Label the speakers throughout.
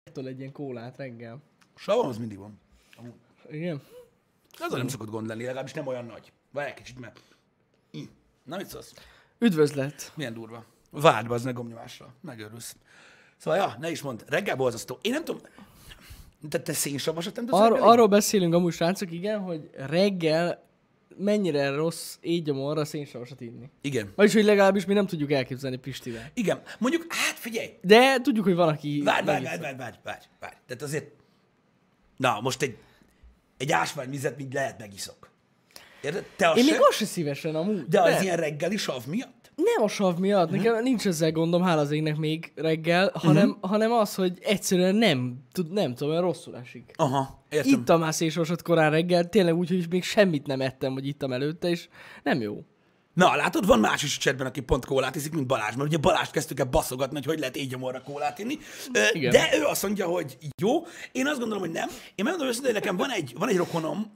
Speaker 1: egy ilyen kólát reggel.
Speaker 2: Savam az mindig van. Amúgy.
Speaker 1: Igen?
Speaker 2: Azon nem szokott gond lenni, legalábbis nem olyan nagy. Várj egy kicsit, mert... Na, mit szólsz?
Speaker 1: Üdvözlet!
Speaker 2: Milyen durva. Várd be az ne gomnyomásra. Megörülsz. Szóval, ja, ne is mondd. Reggel borzasztó. Én nem tudom... Te szénsavasat nem tudsz
Speaker 1: Arról beszélünk amúgy, srácok, igen, hogy reggel mennyire rossz éjgyomorra szénsavasat inni.
Speaker 2: Igen.
Speaker 1: Vagyis, hogy legalábbis mi nem tudjuk elképzelni Pistivel.
Speaker 2: Igen. Mondjuk, hát figyelj.
Speaker 1: De tudjuk, hogy van, aki...
Speaker 2: Várj. Tehát azért... Na, most egy ásványvizet mind lehet megiszok. Érted? Te
Speaker 1: Én
Speaker 2: se...
Speaker 1: még azt se szívesen amúgy.
Speaker 2: De az ilyen reggeli sav miatt?
Speaker 1: Nem a sav miatt, nekem nincs ezzel gondom, hála az égnek még reggel, hanem az, hogy egyszerűen nem tudom, olyan rosszul esik.
Speaker 2: Aha, értem.
Speaker 1: Ittam már szénsavasat korán reggel, tényleg úgy, hogy még semmit nem ettem, vagy ittam előtte, és nem jó.
Speaker 2: Na, látod, van más is a chatben, aki pont kólát iszik, mint Balázs, mert ugye Balást kezdtük el baszogatni, hogy lehet éjgyomorra kólát inni. De ő azt mondja, hogy jó. Én azt gondolom, hogy nem. Én megmondom őszintén, hogy nekem van egy rokonom,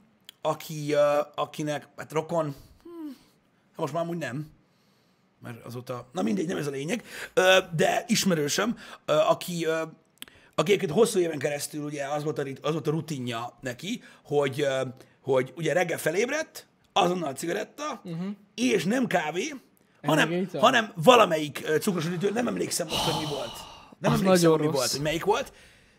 Speaker 2: akinek, hát rokon, most már amúgy nem, mert azóta, na mindegy, nem ez a lényeg, de ismerősöm, aki egyébként hosszú éven keresztül ugye az volt a rutinja neki, hogy ugye reggel felébredt, azonnal cigaretta, és nem kávé, hanem valamelyik cukros üdítő, nem emlékszem most, hogy mi volt. Nem emlékszem, hogy mi volt, hogy melyik volt.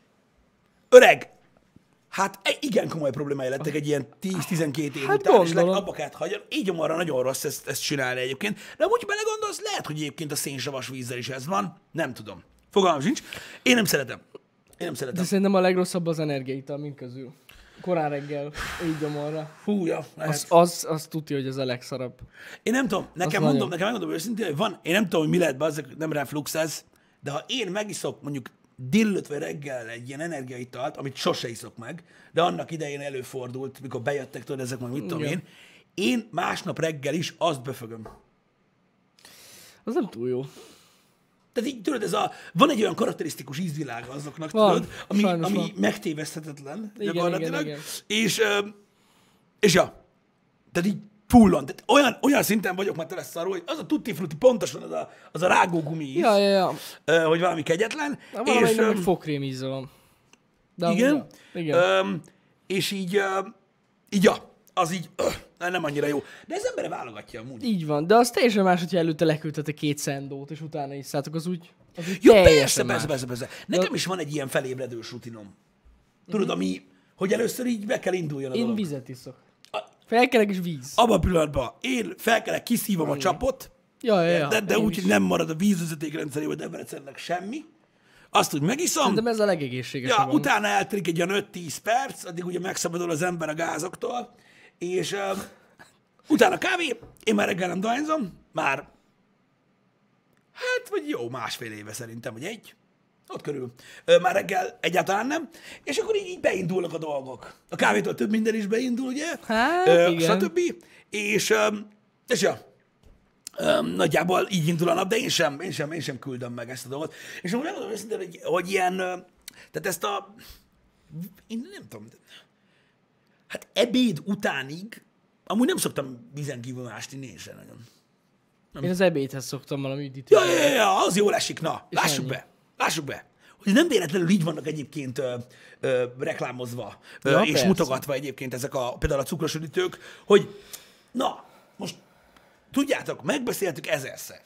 Speaker 2: Öreg, hát igen komoly problémái lettek egy ilyen 10-12 év után, és abba kellett hagyni. Így arra nagyon rossz ezt csinálni egyébként. De amúgy belegondolsz, lehet, hogy egyébként a szénsavas vízzel is ez van. Nem tudom. Fogalmam sincs. Én nem szeretem.
Speaker 1: De szerintem a legrosszabb az energiaital mind közül. Korán reggel, így gyomorra.
Speaker 2: Húja,
Speaker 1: az tudja, hogy ez a legszarabb.
Speaker 2: Én nem tudom, nekem megmondom őszintén, hogy van, én nem tudom, hogy mi lehet be, az nem reflux ez, de ha én megiszok mondjuk délelőtt vagy reggel egy ilyen energiaitalt, amit sose iszok meg, de annak idején előfordult, mikor bejöttek, tudod, ezek meg mit tudom én másnap reggel is azt befögöm.
Speaker 1: Az nem túl jó.
Speaker 2: Tehát így, tudod, van egy olyan karakterisztikus ízvilága azoknak, tudod, ami megtéveszthetetlen gyakorlatilag. Igen. És ja, tehát így fullon. Tehát olyan szinten vagyok már tele szarul, hogy az a tutti frutti pontosan az a rágógumi íz, hogy valami kegyetlen.
Speaker 1: És meg fokrém íze van. De
Speaker 2: igen. És így ja, az így nem annyira jó. De ez embere válogatja amúgy.
Speaker 1: Így van, de az teljesen más, hogyha előtte leküldtetek 2 szendót, és utána isszátok, az úgy
Speaker 2: jó, persze. Nekem is van egy ilyen felébredős rutinom. Tudod, ami, hogy először így be kell induljon a dolog.
Speaker 1: Én vizet iszok. Felkelek és víz.
Speaker 2: Abban a pillanatban én felkelek, kiszívom a csapot, de úgy, hogy nem marad a vízvezetékrendszerében, de ebben semmi. Azt úgy megiszom.
Speaker 1: Szerintem ez a legegészségesebb.
Speaker 2: Ja, utána eltelik egy olyan 5-10 perc, addig ugye megszabadul az ember a gázoktól, és utána kávé, én már reggel nem dohányzom, már hát vagy jó, 1,5 éve szerintem, vagy 1, ott körül. Már reggel egyáltalán nem, és akkor így beindulnak a dolgok. A kávétól több minden is beindul, ugye?
Speaker 1: Hát, igen.
Speaker 2: Stb. És ja, nagyjából így indul a nap, de én sem küldöm meg ezt a dolgot. És amúgy megmondom őszintén, hogy ilyen, tehát ezt én nem tudom, hát ebéd utánig, amúgy nem szoktam vízen kívül mást inni, én sem nagyon.
Speaker 1: Nem. Én az ebédhez szoktam valami üdítőt.
Speaker 2: Ja, az jól esik, na, lássuk be. Hogy nem véletlenül így vannak egyébként reklámozva, és persze. Mutogatva egyébként ezek például a cukros üdítők, hogy na, most tudjátok, megbeszéltük 1000-szer.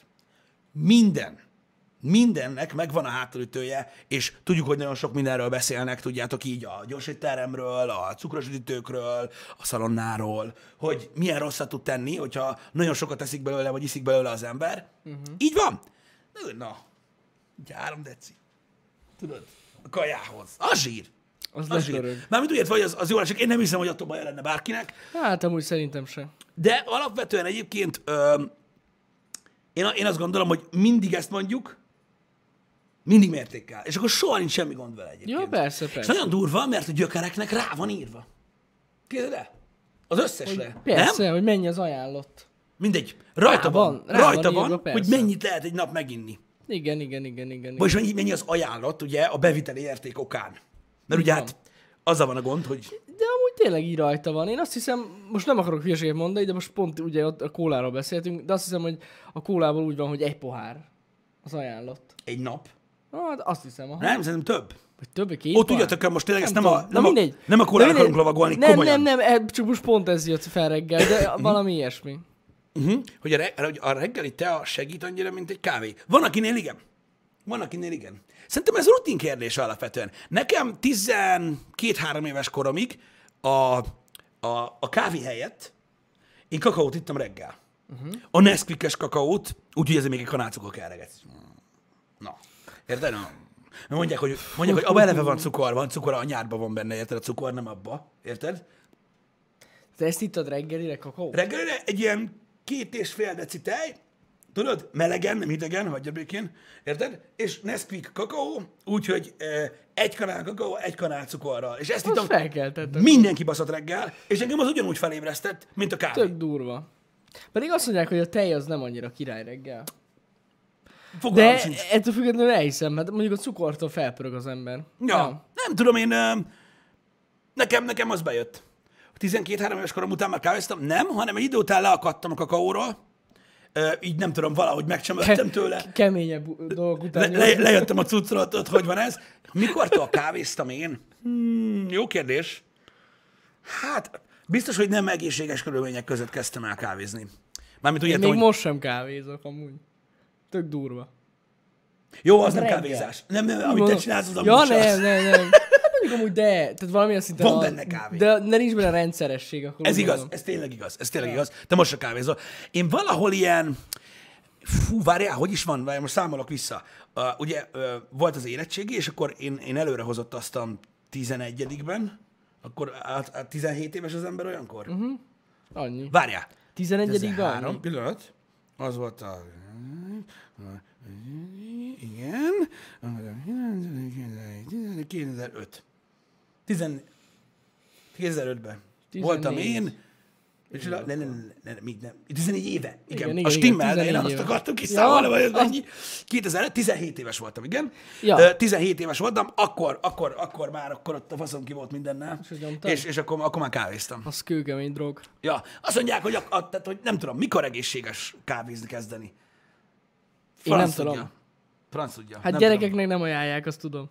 Speaker 2: Mindennek megvan a hátulütője, és tudjuk, hogy nagyon sok mindenről beszélnek, tudjátok így a gyorsétteremről, a cukros üdítőkről, a szalonnáról, hogy milyen rosszat tud tenni, hogyha nagyon sokat eszik belőle, vagy iszik belőle az ember. Így van. Na, 3 deci. Tudod, a kajához. Az zsír.
Speaker 1: Az zsír.
Speaker 2: Mármint úgy értve, hogy az jól esik. Én nem hiszem, hogy attól baja lenne bárkinek.
Speaker 1: Hát amúgy szerintem sem.
Speaker 2: De alapvetően egyébként én azt gondolom, hogy mindig ezt mondjuk, mindig mértékkel. És akkor soha nincs semmi gond vele egyébként.
Speaker 1: Jó, persze.
Speaker 2: És nagyon durva, mert a gyökereknek rá van írva. Képzeld el? Az összesre.
Speaker 1: Persze,
Speaker 2: nem?
Speaker 1: hogy mennyi az ajánlott.
Speaker 2: Mindegy. Rajta van, hogy mennyit lehet egy nap meginni.
Speaker 1: Igen.
Speaker 2: Vagyis mennyi az ajánlott, ugye, a beviteli érték okán. Mert ugye hát azzal van a gond, hogy...
Speaker 1: De amúgy tényleg így rajta van. Én azt hiszem, most nem akarok hülyeséget mondani, de most pont ugye ott a kóláról beszéltünk, de azt hiszem, hogy a kólából úgy van, hogy 1 pohár az ajánlott.
Speaker 2: Egy nap?
Speaker 1: Hát azt hiszem, aha.
Speaker 2: Nem, szerintem több.
Speaker 1: Vagy több, két
Speaker 2: Ott tudjátok, most tényleg ezt
Speaker 1: nem
Speaker 2: a kólára akarunk lovagolni, komolyan.
Speaker 1: Nem, csak most pont ez jött fel reggel, de valami ilyesmi.
Speaker 2: Hogy a reggeli tea segít annyira, mint egy kávé. Van, akinél igen. Szerintem ez rutin kérdés alapvetően. Nekem 12-3 éves koromig a kávé helyett én kakaót ittam reggel. A Nesquik-es kakaót, úgyhogy ezért még egy kanál cukor kell reggel. Na, érted? Na. Mondják, hogy abban eleve van cukor, a nyárban van benne, érted? A cukor nem abba, érted?
Speaker 1: Te ezt ittad reggelire, kakaó?
Speaker 2: Reggelire egy ilyen 2,5 deci tej, tudod, melegen, nem hidegen, hagyja békén, érted? És Nesquik kakaó, úgyhogy egy kanál kakaó, egy kanál cukorral. És ezt ittam, mindenki baszott reggel, és engem az ugyanúgy felébresztett, mint a kávé.
Speaker 1: Tök durva. Pedig azt mondják, hogy a tej az nem annyira király reggel.
Speaker 2: Fogalmam
Speaker 1: de
Speaker 2: sincs.
Speaker 1: ettől függetlenül elhiszem, mert mondjuk a cukortól felpörög az ember.
Speaker 2: Ja. Nem tudom, én... Nekem az bejött. 12-3 éves korom után már kávéztam. Nem, hanem egy idő után leakadtam a kakaóról. Így nem tudom, valahogy megcsömöltem tőle.
Speaker 1: Keményebb dolgok után.
Speaker 2: Lejöttem a cuccról, tudod, hogy van ez. Mikortól kávéztam én? Jó kérdés. Hát, biztos, hogy nem egészséges körülmények között kezdtem el kávézni. Mármint úgy
Speaker 1: én
Speaker 2: értem,
Speaker 1: még
Speaker 2: hogy...
Speaker 1: most sem kávézok amúgy. Tök durva.
Speaker 2: Jó, az nem kávézás. Nem, amit te csinálsz, az amúgy
Speaker 1: ja,
Speaker 2: sem.
Speaker 1: nem. Mondjuk amúgy de, tehát valamilyen szinten
Speaker 2: van benne kávé.
Speaker 1: De nincs benne rendszeresség. Akkor
Speaker 2: ez igaz, ez tényleg igaz. Te most se kávézol. Én valahol ilyen... Várjál, hogy is van? Várjál, most számolok vissza. Ugye volt az érettségi, és akkor én előre hozottam 11-ben, akkor 17 éves az ember olyankor?
Speaker 1: Annyi.
Speaker 2: Várjál.
Speaker 1: 11-ben?
Speaker 2: Pillanat. Az volt a... Igen. 2005. 2005-ben. Voltam én. Még nem. 14 éve. Igen. A stimmel, de én azt akartam kiszámolni, vagy ez mennyi. 17 éves voltam, igen. Ja. 17 éves voltam, akkor ott a faszom ki volt mindennel. És akkor már kávéztam.
Speaker 1: Az kőkemény drog.
Speaker 2: Ja. Azt mondják, hogy nem tudom, mikor egészséges kávézni kezdeni.
Speaker 1: Én nem tudom.
Speaker 2: Franc tudja.
Speaker 1: Hát gyerekeknek nem ajánlják, azt tudom.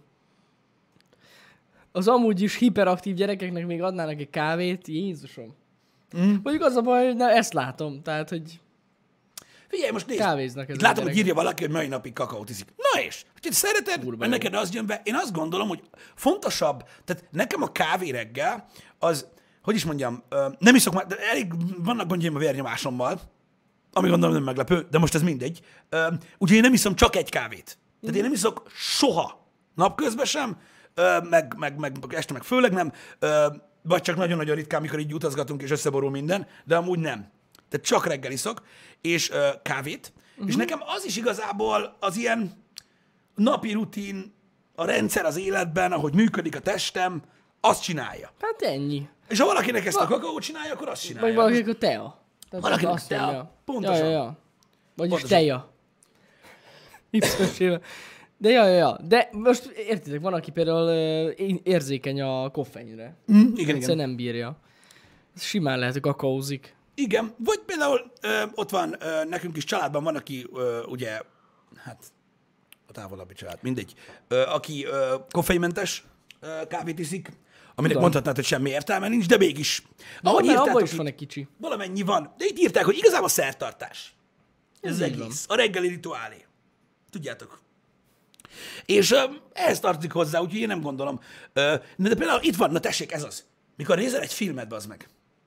Speaker 1: Az amúgy is hiperaktív gyerekeknek még adnának egy kávét, Jézusom. Mondjuk az a baj, hogy ezt látom, tehát, hogy
Speaker 2: figyelj, most nézd.
Speaker 1: Kávéznak ezek
Speaker 2: látom, hogy írja valaki, hogy mai napig kakaót iszik. Na és, hogy te szereted,
Speaker 1: Urban
Speaker 2: mert neked az jön be. Én azt gondolom, hogy fontosabb, tehát nekem a kávé reggel az, hogy is mondjam, nem iszok már, de elég vannak gondjaim a vérnyomásommal, ami gondolom nem meglepő, de most ez mindegy. Úgyhogy én nem iszom csak egy kávét. Tehát én nem iszok soha, napközben sem, meg este meg főleg nem, vagy csak nagyon-nagyon ritkán, amikor így utazgatunk és összeborul minden, de amúgy nem. Tehát csak reggel iszok, és kávét, és nekem az is igazából az ilyen napi rutin, a rendszer az életben, ahogy működik a testem, azt csinálja.
Speaker 1: Hát ennyi.
Speaker 2: És ha valakinek ezt a kakaót csinálja, akkor azt csinálja.
Speaker 1: Vagy valakinek a tea.
Speaker 2: Valakinek a tea. Pontosan.
Speaker 1: Ja. Vagyis teja. Y-ösével. De ja. De most értitek, van, aki például érzékeny a koffeinre.
Speaker 2: Igen.
Speaker 1: Nem bírja. Simán lehet, hogy kakaózik.
Speaker 2: Igen, vagy például ott van, nekünk is családban van, aki ugye, hát a távolabbi család, mindegy, aki koffeinmentes kávét iszik, aminek mondhatnád, hogy semmi értelme nincs, de mégis.
Speaker 1: Ahogy abban is van egy kicsi.
Speaker 2: Valamennyi van. De itt írták, hogy igazából szertartás. Ez egész. Van. A reggeli rituálé. Tudjátok. És ehhez tartozik hozzá, úgyhogy én nem gondolom. De például itt van, na tessék, ez az. Mikor nézel egy filmet, bazd meg.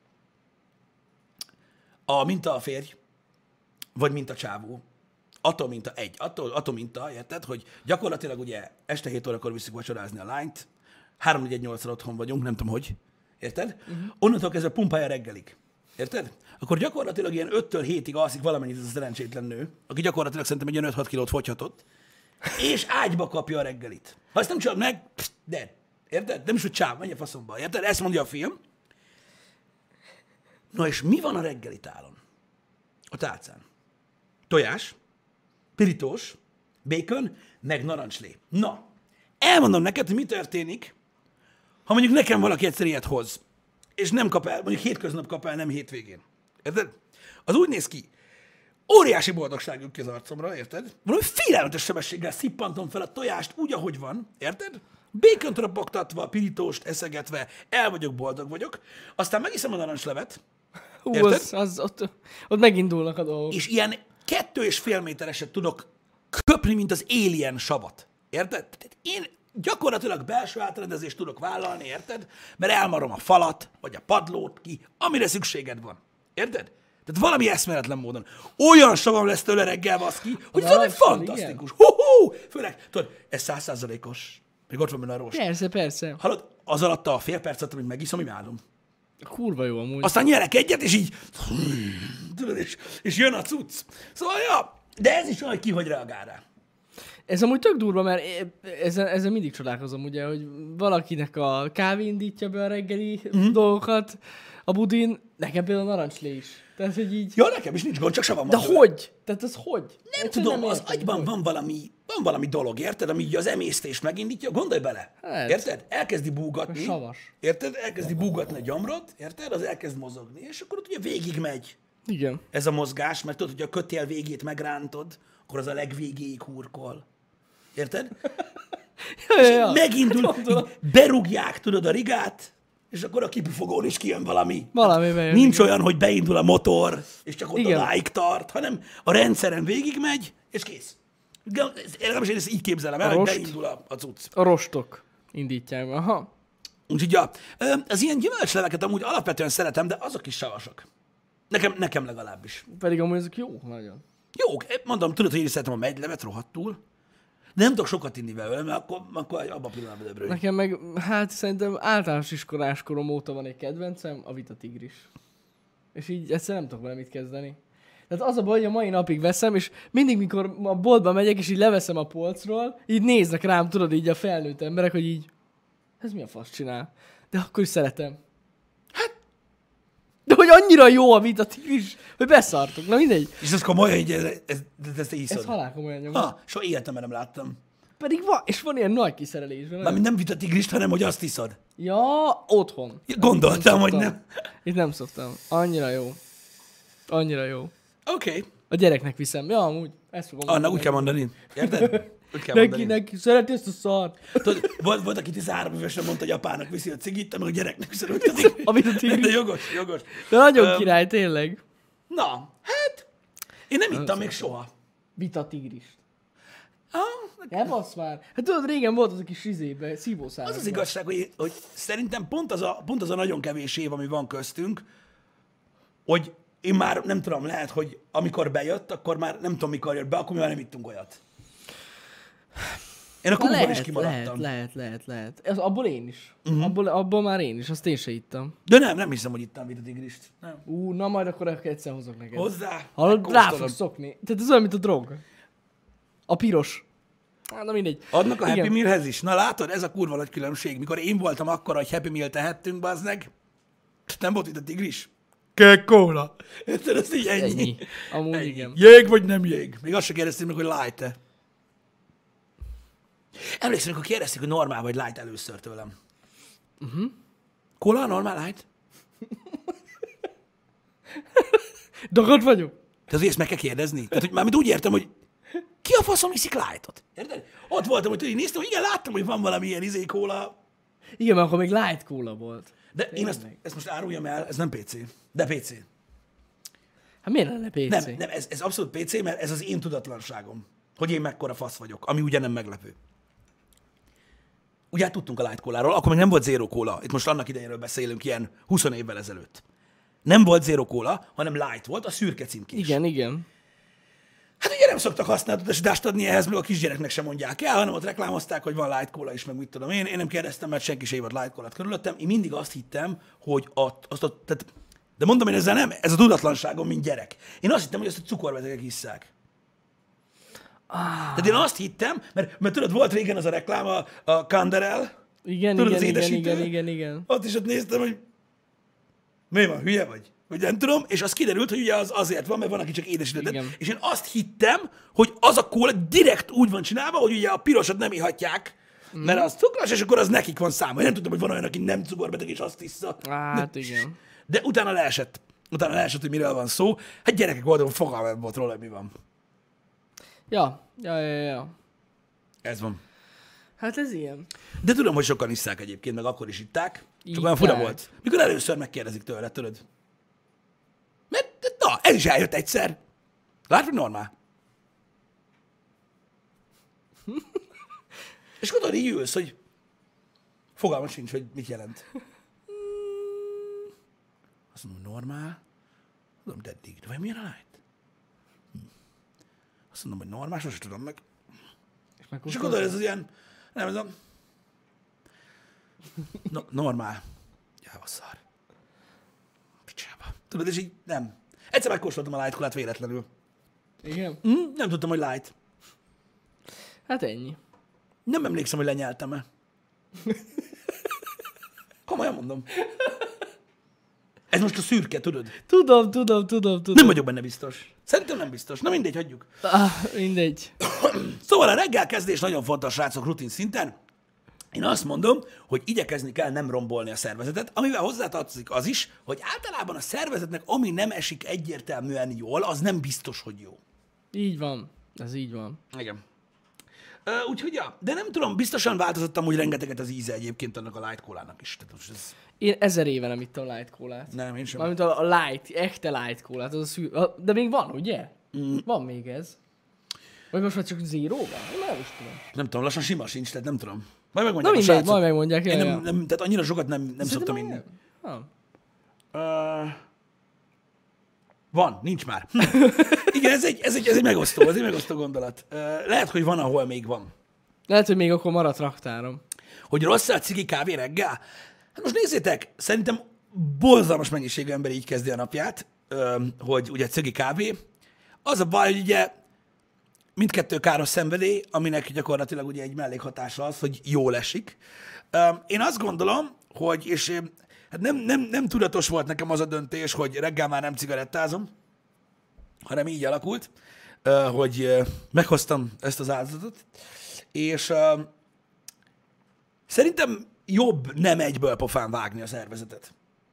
Speaker 2: Minta a férj, vagy mint a csávó. Attól minta egy. Attól minta, érted, hogy gyakorlatilag ugye este 7 órakor visszük vacsorázni a lányt, 3-4-8-ra otthon vagyunk, nem tudom hogy. Érted? Onnantól kezdve pumpálja reggelig. Érted? Akkor gyakorlatilag ilyen 5-től 7-ig alszik valamennyit ez a szerencsétlen nő, aki gyakorlatilag szerintem egy ilyen 5-6 kilót fogyhatott, és ágyba kapja a reggelit. Ha ezt nem csinálod meg, dead. Érted? Nem is, hogy csáv, menj a faszomba. Érted? Ezt mondja a film. Na és mi van a reggeli tálon? A tálcán. Tojás, pirítós, bacon, meg narancslé. Na, elmondom neked, hogy mi történik, ha mondjuk nekem valaki egyszer ilyet hoz, és nem kap el, mondjuk hétköznap kap el, nem hétvégén. Érted? Az úgy néz ki, óriási boldogság jön ki az arcomra, érted? Valami félelmetes sebességgel szippantom fel a tojást úgy, ahogy van, érted? Békönt ropogtatva, pirítóst eszegetve, el vagyok, boldog vagyok. Aztán megiszem a narancslevet, érted?
Speaker 1: Ott megindulnak a dolgok.
Speaker 2: És ilyen 2,5 métereset tudok köpni, mint az Alien savat. Érted? Tehát én gyakorlatilag belső átrendezést tudok vállalni, érted? Mert elmarom a falat, vagy a padlót ki, amire szükséged van. Érted? Tehát valami eszméletlen módon. Olyan savam lesz tőle reggel, baszki, hogy valami fantasztikus. Főleg, tudod, ez 100%-os. Még ott van benne a rost.
Speaker 1: Persze.
Speaker 2: Hallod, az alatt a fél percet, amit megiszom, imádom.
Speaker 1: Kurva jó amúgy.
Speaker 2: Aztán nyerek egyet, és így... Tudod, és jön a cucc. Szóval, ja, de ez is olyan, hogy ki hogy reagál rá.
Speaker 1: Ez amúgy tök durva, mert ezen mindig csodálkozom, ugye, hogy valakinek a kávé indítja be a reggeli dolgokat, a budin, nekem például a narancslé is. Tehát, hogy így...
Speaker 2: Ja, nekem is nincs gond, csak savam
Speaker 1: De
Speaker 2: van tőle.
Speaker 1: hogy? Tehát ez hogy?
Speaker 2: Nem tudom, az agyban van valami dolog, érted? Ami így az emésztést megindítja, gondolj bele.
Speaker 1: Hát.
Speaker 2: Érted? Elkezdi búgatni.
Speaker 1: Savas.
Speaker 2: Érted? Elkezdi búgatni a gyomrod, érted? Az elkezd mozogni, és akkor ott ugye végig megy
Speaker 1: Igen.
Speaker 2: ez a mozgás, mert tudod, hogy a kötél végét megrántod, akkor az a legvégéig hurkol. Érted?
Speaker 1: Ja.
Speaker 2: Megindul, így berúgják, tudod, a rigát, és akkor a kipufogón is kijön valami.
Speaker 1: Valami bejön.
Speaker 2: Nincs olyan, hogy beindul a motor, és csak ott
Speaker 1: Igen.
Speaker 2: odáig tart, hanem a rendszeren végigmegy, és kész. Legalábbis én ezt így képzelem el, hogy
Speaker 1: rost?
Speaker 2: beindul a cucc.
Speaker 1: A rostok indítják. Aha.
Speaker 2: Úgyhogy ja, az ilyen gyümölcsleveket amúgy alapvetően szeretem, de azok is savasak. Nekem legalábbis.
Speaker 1: Pedig amúgy ezek jó nagyon.
Speaker 2: Jó, mondom, tudod, hogy én is szeretem a megylevet rohadtul, de nem tudok sokat inni vele, mert akkor abban a pillanatban döbrölj.
Speaker 1: Nekem meg, hát szerintem általános iskolás korom óta van egy kedvencem, a Vita Tigris. És így egyszerűen nem tudok vele mit kezdeni. Tehát az a baj, hogy a mai napig veszem, és mindig, mikor a boltba megyek, és így leveszem a polcról, így néznek rám, tudod, így a felnőtt emberek, hogy így, ez mi a fasz csinál? De akkor is szeretem. Hát, de hogy annyira jó a Vita Tigris, hogy beszartok. Na mindegy.
Speaker 2: És ez komoly, hogy ezt te hiszod.
Speaker 1: Ez halálkomolyan nyomom.
Speaker 2: Soha életemben nem láttam.
Speaker 1: Pedig van, és van ilyen nagy kiszerelésben.
Speaker 2: Mármint nem Vita Tigrist, hanem hogy azt hiszod.
Speaker 1: Ja, otthon.
Speaker 2: Gondoltam, hogy nem.
Speaker 1: Itt nem szoktam. Annyira jó. Annyira jó.
Speaker 2: Oké.
Speaker 1: A gyereknek viszem. Ja, amúgy. Ezt fogom
Speaker 2: Annak úgy kell mondani. Érted? Úgy kell
Speaker 1: Neki,
Speaker 2: mondani.
Speaker 1: neki. Szereti ezt a szart.
Speaker 2: Tudod, volt, aki 13 évesen mondta, hogy apának viszi a cigit, meg a gyereknek viszi
Speaker 1: A Vita Tigris.
Speaker 2: De jogos.
Speaker 1: De nagyon király, tényleg.
Speaker 2: Na, hát, én nem ittam még soha.
Speaker 1: Vita Tigris. Nem az már. Hát tudod, régen volt az a kis izébe, szívószára.
Speaker 2: Az az igazság, hogy szerintem pont az a nagyon kevés év, ami van köztünk, hogy én már nem tudom, lehet, hogy amikor bejött, akkor már nem tudom, mikor jött be, akkor mi már nem ittunk olyat. Én a Kubban is kimaradtam.
Speaker 1: Lehet. Ez, abból én is. Abból már én is, azt én se ittam.
Speaker 2: De nem hiszem, hogy ittam Vita Tigrist. Nem.
Speaker 1: Na majd akkor egyszer hozok neked.
Speaker 2: Hozzá.
Speaker 1: Hallod, rá fogsz szokni. Tehát ez olyan, mint a drog. A piros. Na mindegy.
Speaker 2: Adnak a
Speaker 1: Igen.
Speaker 2: Happy Mealhez is. Na látod, ez a kurva nagy különbség. Mikor én voltam akkor, hogy Happy Meal tehettünk, bazdmeg, nem volt itt a tigris. Kell kóla. Érted, ez így ennyi.
Speaker 1: Amúgy igen.
Speaker 2: Jég vagy nem jég? Még azt se kérdezték meg, hogy light-e. Emlékszem, amikor kérdezték, hogy normál vagy light először tőlem. Kóla, normál, light?
Speaker 1: Dagad vagyok?
Speaker 2: Te azért ezt meg kell kérdezni. Tehát, hogy mármint úgy értem, hogy ki a faszom iszik lightot? Érted? Ott voltam, hogy így néztem, hogy igen, láttam, hogy van valami ilyen kóla.
Speaker 1: Igen, mert akkor még light cola volt.
Speaker 2: De én ezt most áruljam el, ez nem PC. De PC.
Speaker 1: Hát miért lenne PC?
Speaker 2: Nem, ez abszolút PC, mert ez az én tudatlanságom. Hogy én mekkora fasz vagyok, ami ugye nem meglepő. Ugye hát tudtunk a light kóláról, akkor még nem volt zero kóla. Itt most annak idejéről beszélünk, ilyen 20 évvel ezelőtt. Nem volt zero kóla, hanem light volt, a szürke címkés.
Speaker 1: Igen.
Speaker 2: Hát ugye nem szoktak használatodást adni ehhez, meg a kisgyereknek sem mondják el, hanem ott reklámozták, hogy van light cola is, meg mit tudom én. Én nem kérdeztem, mert senki se ívott light colát körülöttem. Én mindig azt hittem, hogy tehát, de mondom én ezzel nem, ez a tudatlanságom, mint gyerek. Én azt hittem, hogy azt a cukorbetegek hisszák. Tehát én azt hittem, mert tudod, volt régen az a reklám, a Canderel.
Speaker 1: Igen.
Speaker 2: Ott is ott néztem, hogy mi van, hülye vagy? Hogy nem tudom, és az kiderült, hogy ugye az azért van, mert van, aki csak édesített. És én azt hittem, hogy az a kóla direkt úgy van csinálva, hogy ugye a pirosat nem ihatják, mert az cukros, és akkor az nekik van száma. Én nem tudtam, hogy van olyan, aki nem cukorbeteg, és azt hissza.
Speaker 1: Hát igen.
Speaker 2: De utána leesett. utána leesett, hogy miről van szó. Hát gyerekek voltam, fogalmam volt róla, mi van.
Speaker 1: Ja.
Speaker 2: Ez van.
Speaker 1: Hát ez ilyen.
Speaker 2: De tudom, hogy sokan isszák egyébként, meg akkor is itták. Csak
Speaker 1: Itták.
Speaker 2: olyan fura volt. Mikor először megkérdezik tőle, tudod? Mert, na, ez is eljött egyszer. Látod, normál. És akkor így ülsz, hogy fogalma sincs, hogy mit jelent. Azt mondom, normál. Tudom, de eddig. De vagy milyen a light? Azt mondom, hogy normál, sosem tudom meg. És akkor ez az ilyen, nem tudom. Normál. Jáva szar. Picsába. Tudod, és így nem. Egyszer megkóstoltam a light kolát véletlenül.
Speaker 1: Igen?
Speaker 2: Nem tudtam, hogy light.
Speaker 1: Hát ennyi.
Speaker 2: Nem emlékszem, hogy lenyeltem-e. Komolyan mondom. Ez most a szürke, tudod?
Speaker 1: Tudom.
Speaker 2: Nem vagyok benne biztos. Szerintem nem biztos. Na mindegy, hagyjuk.
Speaker 1: Mindegy.
Speaker 2: Szóval a reggelkezdés nagyon fontos, srácok, rutin szinten. Én azt mondom, hogy igyekezni kell nem rombolni a szervezetet, amivel hozzátartozik az is, hogy általában a szervezetnek, ami nem esik egyértelműen jól, az nem biztos, hogy jó.
Speaker 1: Így van. Ez így van.
Speaker 2: Igen. Úgyhogy ja, de nem tudom, biztosan változottam úgy rengeteget az íze egyébként annak a light colának is. Tehát most ez...
Speaker 1: Én 1000 éve nem ittam light kólát.
Speaker 2: Nem, én sem.
Speaker 1: Mármint a light, echte light kólát, az a de még van, ugye? Van még ez. Vagy most már csak zero van? Én már nem is tudom.
Speaker 2: Nem tudom, lassan sima sincs, tehát nem tudom. Majd
Speaker 1: Na
Speaker 2: megmondják a
Speaker 1: mindegy,
Speaker 2: srácok.
Speaker 1: majd megmondják.
Speaker 2: Én
Speaker 1: Ja.
Speaker 2: nem, tehát annyira sokat nem szoktam inni. Van, nincs már. Igen, ez egy megosztó gondolat. Lehet, hogy van, ahol még van.
Speaker 1: Lehet, hogy még akkor maradt raktárom.
Speaker 2: Hogy rossz a cigi kávé reggel? Hát most nézzétek, szerintem borzalmas mennyiségű ember így kezdi a napját, hogy ugye cigi kávé. Az a baj, hogy ugye mindkettő káros szenvedély, aminek gyakorlatilag ugye egy mellékhatása az, hogy jól esik. Én azt gondolom, hogy, és hát nem tudatos volt nekem az a döntés, hogy reggel már nem cigarettázom, hanem így alakult, hogy meghoztam ezt az áldozatot, és szerintem jobb nem egyből pofán vágni a szervezetet.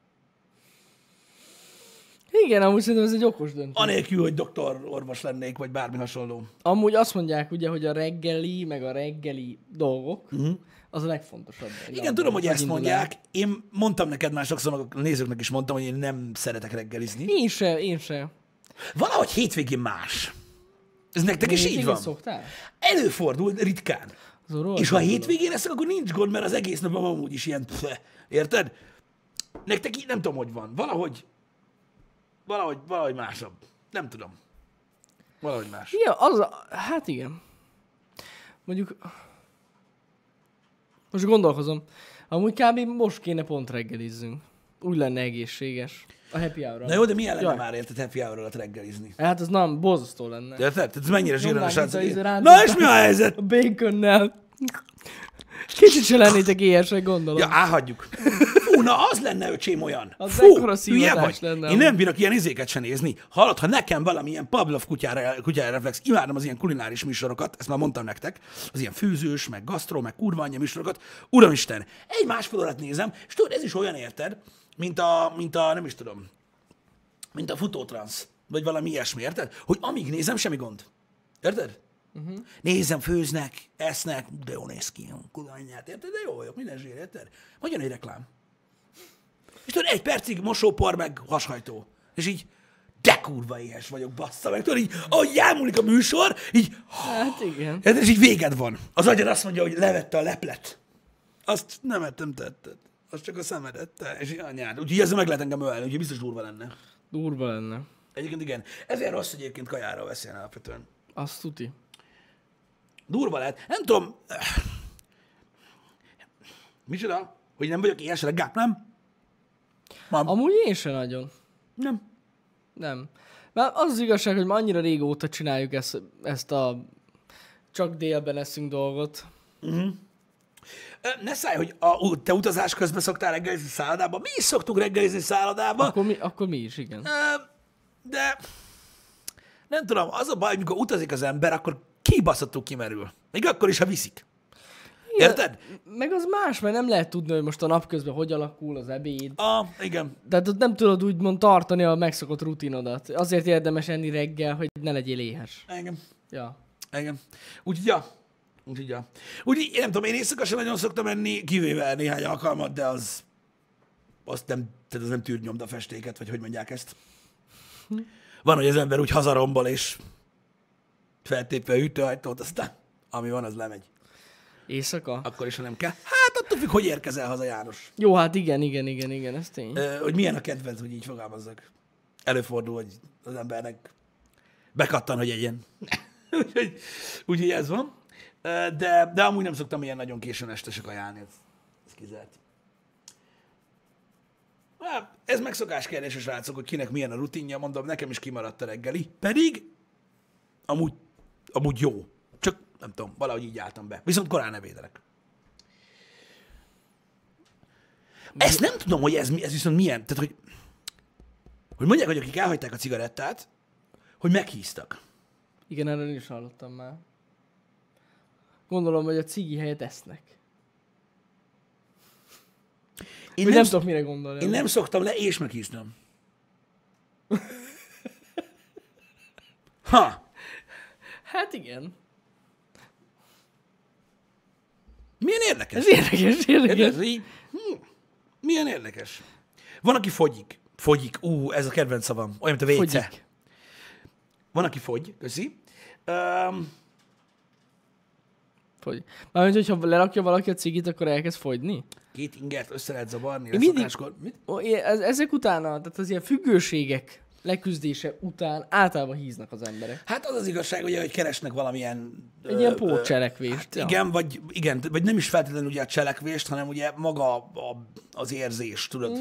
Speaker 1: Igen, amúgy szerintem ez egy okos döntés.
Speaker 2: Anélkül, hogy orvos lennék, vagy bármi hasonló.
Speaker 1: Amúgy azt mondják ugye, hogy a reggeli, meg a reggeli dolgok, az a legfontosabb.
Speaker 2: Igen, tudom, hogy ezt mondják. Én mondtam neked már sokszor, a nézőknek is mondtam, hogy én nem szeretek reggelizni.
Speaker 1: Én se.
Speaker 2: Valahogy hétvégén más. Ez nektek is így van.
Speaker 1: Szoktál?
Speaker 2: Előfordul ritkán. És ha hétvégén eszek, akkor nincs gond, mert az egész nap amúgy is ilyen, érted? Nektek így nem tudom, hogy van. Valahogy másabb. Nem tudom. Valahogy más.
Speaker 1: Igen, hát igen. Mondjuk, most gondolkozom, amúgy kb. Most kéne pont reggelizzünk. Úgy lenne egészséges. A happy hour.
Speaker 2: Na jó, de milyen lenne már érted happy hour alatt reggelizni?
Speaker 1: Hát az nem, borzasztó lenne.
Speaker 2: Érted? Tehát ez mennyire zsíron a srácok.
Speaker 1: Na
Speaker 2: és mi a helyzet?
Speaker 1: A baconnel. Kicsit se lennétek ilyesek, gondolom.
Speaker 2: Ja, hagyjuk. Fú, na az lenne, öcsém, olyan.
Speaker 1: Az
Speaker 2: Fú,
Speaker 1: ekkora szívadás lenne.
Speaker 2: Én nem bírok ilyen izéket se nézni. Hallod, ha nekem valamilyen Pavlov kutyára reflex, imádom az ilyen kulináris műsorokat, ezt már mondtam nektek, az ilyen főzős, meg gasztró, meg kurva anyja műsorokat. Uramisten, egy másfél órát nézem, és tudod, ez is olyan érted, mint a nem is tudom, mint a futótransz, vagy valami ilyesmi, érted? Hogy amíg nézem, semmi gond. Érted? Nézem, főznek, esznek, de jó néz ki, kurva anyját, érted? De jó vagyok, minden zsír, érted? Majd jön egy reklám. És tudod, egy percig mosópor, meg hashajtó. És így, de kurva éhes vagyok, bassza meg. Tudod, így, ahogy elmúlik a műsor, így,
Speaker 1: Hát igen.
Speaker 2: és így véged van. Az agyad azt mondja, hogy levette a leplet. Azt nem ettem, tetted. Az csak a szemedet, te. És így anyád. Úgyhogy ezzel meg lehet engem ölni, úgyhogy biztos durva lenne.
Speaker 1: Durva lenne.
Speaker 2: Egyébként igen. Ezért rossz, hogy egyébként kajára beszélni alapvetően.
Speaker 1: Azt tuti.
Speaker 2: Durva lehet. Nem tudom. Micsoda? Hogy nem vagyok ilyes reggel, nem?
Speaker 1: Amúgy én sem nagyon. Nem. Mert az igazság, hogy már annyira régóta csináljuk ezt a csak délben eszünk dolgot.
Speaker 2: Ne szállj, hogy te utazás közben szoktál reggelizni szállodába. Mi is szoktunk reggelizni szállodába.
Speaker 1: Akkor mi is, igen.
Speaker 2: De nem tudom, az a baj, hogy mikor utazik az ember, akkor kibaszottul kimerül. Még akkor is, ha viszik. Érted?
Speaker 1: Meg az más, mert nem lehet tudni, hogy most a napközben hogy alakul az ebéd.
Speaker 2: Igen.
Speaker 1: Tehát ott nem tudod úgymond tartani a megszokott rutinodat. Azért érdemes enni reggel, hogy ne legyél éhes.
Speaker 2: Igen.
Speaker 1: Ja.
Speaker 2: Igen. Úgyhogy, ja. Úgyhogy én nem tudom, én éjszaka sem nagyon szoktam enni, kivéve néhány alkalmat, de az nem, tehát az nem tűr nyomda festéket, vagy hogy mondják ezt. Van, hogy az ember úgy hazarombol, és feltépve a hűtőajtót, aztán ami van, az lemegy.
Speaker 1: Éjszaka?
Speaker 2: Akkor is, ha nem kell. Hát attól függ, hogy érkezel haza, János.
Speaker 1: Jó, hát igen, ez tény.
Speaker 2: Hogy milyen a kedvenc, hogy így fogalmazzak. Előfordul, hogy az embernek bekattan, hogy egyen. Úgyhogy ez van. De amúgy nem szoktam ilyen nagyon későn este se kajálni. Ez kizárt. Hát, ez megszokás kérdés, srácok, hogy kinek milyen a rutinja. Mondom, nekem is kimaradt a reggeli. Pedig amúgy jó. Csak nem tudom, valahogy így álltam be. Viszont korán ebédelek. Ezt nem tudom, hogy ez viszont milyen. Tehát, hogy mondják, hogy akik elhagyták a cigarettát, hogy meghíztak.
Speaker 1: Igen, erről én is hallottam már. Gondolom, hogy a cigi helyet esznek.
Speaker 2: Én
Speaker 1: nem tudok mire gondolni.
Speaker 2: Én nem szoktam le, és meghíznom. Ha!
Speaker 1: Hát igen.
Speaker 2: Milyen érdekes.
Speaker 1: Ez érdekes.
Speaker 2: Ez így, milyen érdekes. Van, aki fogyik. Ez a kedvenc szavam. Olyan, mint a WC.
Speaker 1: Fogyik.
Speaker 2: Van, aki fogy, köszi.
Speaker 1: Fogy. Mármint, hogyha lerakja valaki a cigit, akkor elkezd fogyni?
Speaker 2: 2 ingert össze lehet zavarni. Mit?
Speaker 1: Ezek utána, tehát az ilyen függőségek leküzdése után általában híznak az emberek.
Speaker 2: Hát az az igazság, ugye, hogy keresnek valamilyen...
Speaker 1: Egy ilyen pótcselekvést. Hát
Speaker 2: ja. Vagy nem is feltétlenül ugye a cselekvést, hanem ugye maga az érzés, tudod?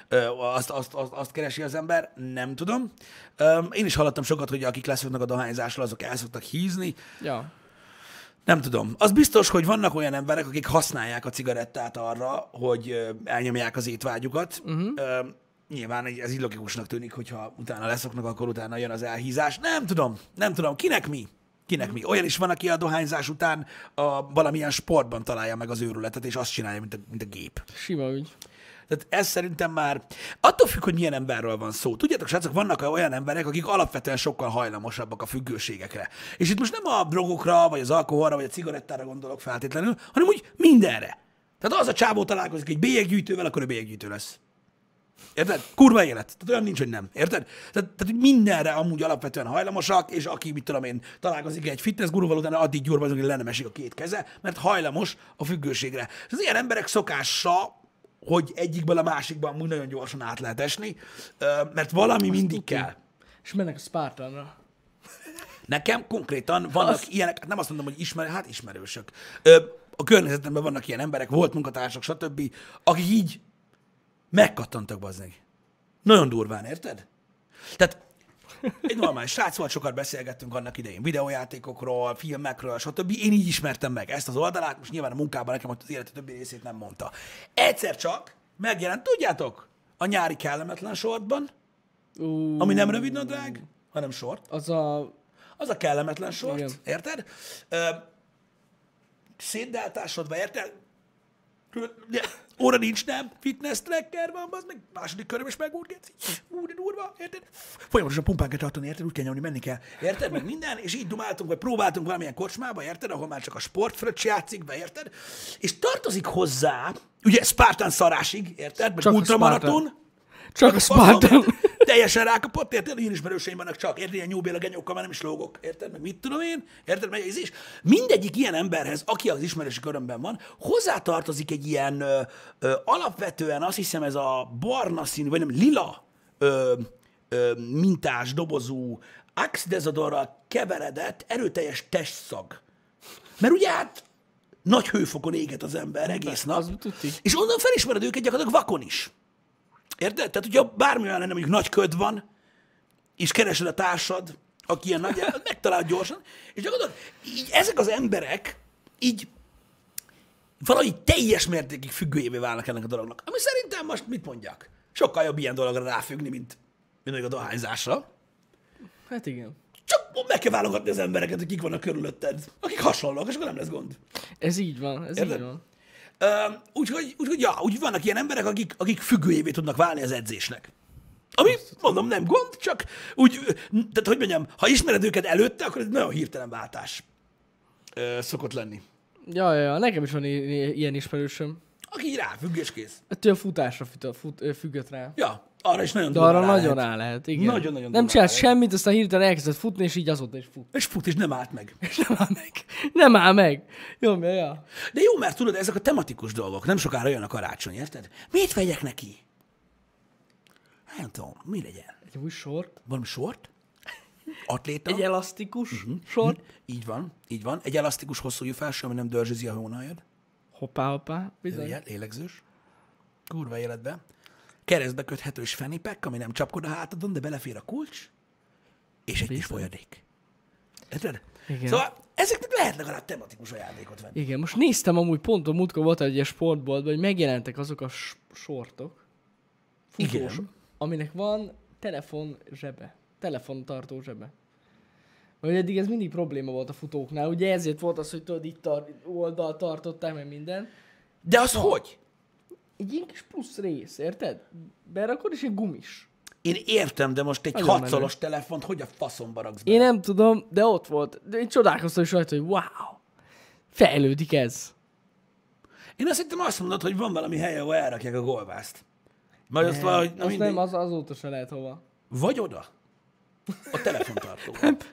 Speaker 2: Azt keresi az ember, nem tudom. Én is hallottam sokat, hogy akik leszoknak a dohányzásról, azok el szoktak hízni.
Speaker 1: Ja.
Speaker 2: Nem tudom. Az biztos, hogy vannak olyan emberek, akik használják a cigarettát arra, hogy elnyomják az étvágyukat. Nyilván ez így logikusnak tűnik, hogyha utána leszoknak, akkor utána jön az elhízás. Nem tudom. Kinek mi? Olyan is van, aki a dohányzás után valamilyen sportban találja meg az őrületet, és azt csinálja, mint a gép.
Speaker 1: Sima ügy.
Speaker 2: Tehát ez szerintem már attól függ, hogy milyen emberről van szó. Tudjátok, srácok, vannak olyan emberek, akik alapvetően sokkal hajlamosabbak a függőségekre. És itt most nem a drogokra, vagy az alkoholra, vagy a cigarettára gondolok feltétlenül, hanem úgy mindenre. Tehát az a csávó találkozik egy bélyeggyűjtővel, akkor ő bélyeggyűjtő lesz. Érted? Kurva élet. Tehát olyan nincs, hogy nem. Érted? Tehát mindenre amúgy alapvetően hajlamosak, és aki, mit tudom én, találkozik egy fitnessgurúval, utána addig gyurva, hogy le nem esik a 2 keze, mert hajlamos a függőségre. Az ilyen emberek szokása, hogy egyikből a másikban amúgy nagyon gyorsan át lehet esni, mert valami azt mindig kell.
Speaker 1: És mennek a Spartanra.
Speaker 2: Nekem konkrétan vannak ilyenek, hát nem azt mondom, hogy ismerősök. A környezetemben vannak ilyen emberek, volt munkatársak, stb., akik így megkattantak, bazdmeg. Nagyon durván, érted? Tehát egy normális srác volt, sokat beszélgettünk annak idején videójátékokról, filmekről, stb. Én így ismertem meg ezt az oldalát, most nyilván a munkában nekem ott az élete többi részét nem mondta. Egyszer csak megjelent, tudjátok, a nyári kellemetlen sortban, ami nem rövid nadrág, hanem short. Az a kellemetlen short, igen. Érted? Szétdáltásodva, érted? Óra nincs, nem? Fitness tracker van, az meg második köröm is megúr, de durva, érted? Folyamatosan pumpán kell tartani, érted? Úgy kell nyomni, menni kell, érted? Meg minden, és így dumáltunk, vagy próbáltunk valamilyen kocsmába, érted? Ahol már csak a sportfröccs játszik be, érted? És tartozik hozzá, ugye Spartan szarásig, érted? Meg ultramaraton.
Speaker 1: Csak a Spartan.
Speaker 2: Teljesen rákapott, érted? Ilyen ismerőseim vannak csak, érted? Ilyen nyúlbél a genyókkal már nem is lógok, érted? Meg mit tudom én, érted? Meg ez is. Mindegyik ilyen emberhez, aki az ismerősi körömben van, hozzátartozik egy ilyen alapvetően, azt hiszem ez a barna színű, vagy nem, lila mintás, dobozú, Axe dezodorral keveredett, erőteljes testszag. Mert ugye hát nagy hőfokon éget az ember egész nap, és onnan felismered őket gyakorlatilag vakon is. Érted? Tehát, hogyha bármilyen lenne, mondjuk nagy köd van, és keresed a társad, aki ilyen nagy, megtalálod gyorsan, és gyakorlatilag így ezek az emberek így valahogy teljes mértékig függőjévé válnak ennek a dolognak. Ami szerintem most mit mondjak? Sokkal jobb ilyen dologra ráfüggni, mint a dohányzásra.
Speaker 1: Hát igen.
Speaker 2: Csak meg kell válogatni az embereket, hogy kik vannak körülötted, akik hasonlók, és akkor nem lesz gond.
Speaker 1: Ez így van, ez
Speaker 2: Érted?
Speaker 1: így van.
Speaker 2: Úgyhogy úgy vannak ilyen emberek, akik függőjévé tudnak válni az edzésnek. Ami, mondom, nem gond, csak úgy, tehát hogy mondjam, ha ismered őket előtte, akkor ez nagyon hirtelen váltás szokott lenni.
Speaker 1: Ja, nekem is van ilyen ismerősöm.
Speaker 2: Aki így ráfügg és kész.
Speaker 1: Ettől a futásra függött rá.
Speaker 2: Ja, arra is nagyon
Speaker 1: De arra
Speaker 2: rá
Speaker 1: nagyon
Speaker 2: lehet.
Speaker 1: rá lehet, igen.
Speaker 2: Nagyon-nagyon
Speaker 1: nem
Speaker 2: durván
Speaker 1: csinált
Speaker 2: rá
Speaker 1: semmit, aztán hirtelen elkezdett futni, és így azóta is fut.
Speaker 2: És fut, és nem állt meg.
Speaker 1: És nem áll meg. Nem áll meg. Jó, ja.
Speaker 2: De jó, mert tudod, ezek a tematikus dolgok. Nem sokára jön a karácsony, érted? Mit vegyek neki? Nem tudom, mi legyen?
Speaker 1: Egy új sort.
Speaker 2: Valami sort? Atléta?
Speaker 1: Egy elasztikus sort.
Speaker 2: Így van. Egy elasztikus hosszú felső, ami nem dörzsözi a hónaljad.
Speaker 1: Hoppá. Bizony.
Speaker 2: Ilyen, lélegzős. Kurva életbe. Keresztbe köthetős fenipek, ami nem csapkod a hátadon, de belefér a kulcs. És egy kis folyadék. Érted?
Speaker 1: Igen.
Speaker 2: Szóval ezeknek lehet legalább tematikus ajándékot venni.
Speaker 1: Igen, most néztem amúgy pont a múltkor volt egy ilyen sportboltban, hogy megjelentek azok a sortok, futós,
Speaker 2: Igen.
Speaker 1: aminek van telefontartó zsebe. Vagy eddig ez mindig probléma volt a futóknál, ugye ezért volt az, hogy tudod, itt oldalt tartották, meg minden.
Speaker 2: De az hogy?
Speaker 1: Egy ilyen kis plusz rész, érted? Berakod, és egy gumis.
Speaker 2: Én értem, de most egy
Speaker 1: Nagyon
Speaker 2: 6
Speaker 1: menő.
Speaker 2: szolos telefont hogy a faszomba raksz be?
Speaker 1: Én nem tudom, de ott volt. De én csodálkoztam is rajta, hogy wow, fejlődik ez.
Speaker 2: Én azt hittem azt mondod, hogy van valami helye, ahol elrakják a golvászt. Majd azt valahogy... na
Speaker 1: Azt
Speaker 2: mindegy.
Speaker 1: nem, azóta se lehet hova.
Speaker 2: Vagy oda. A telefontartó.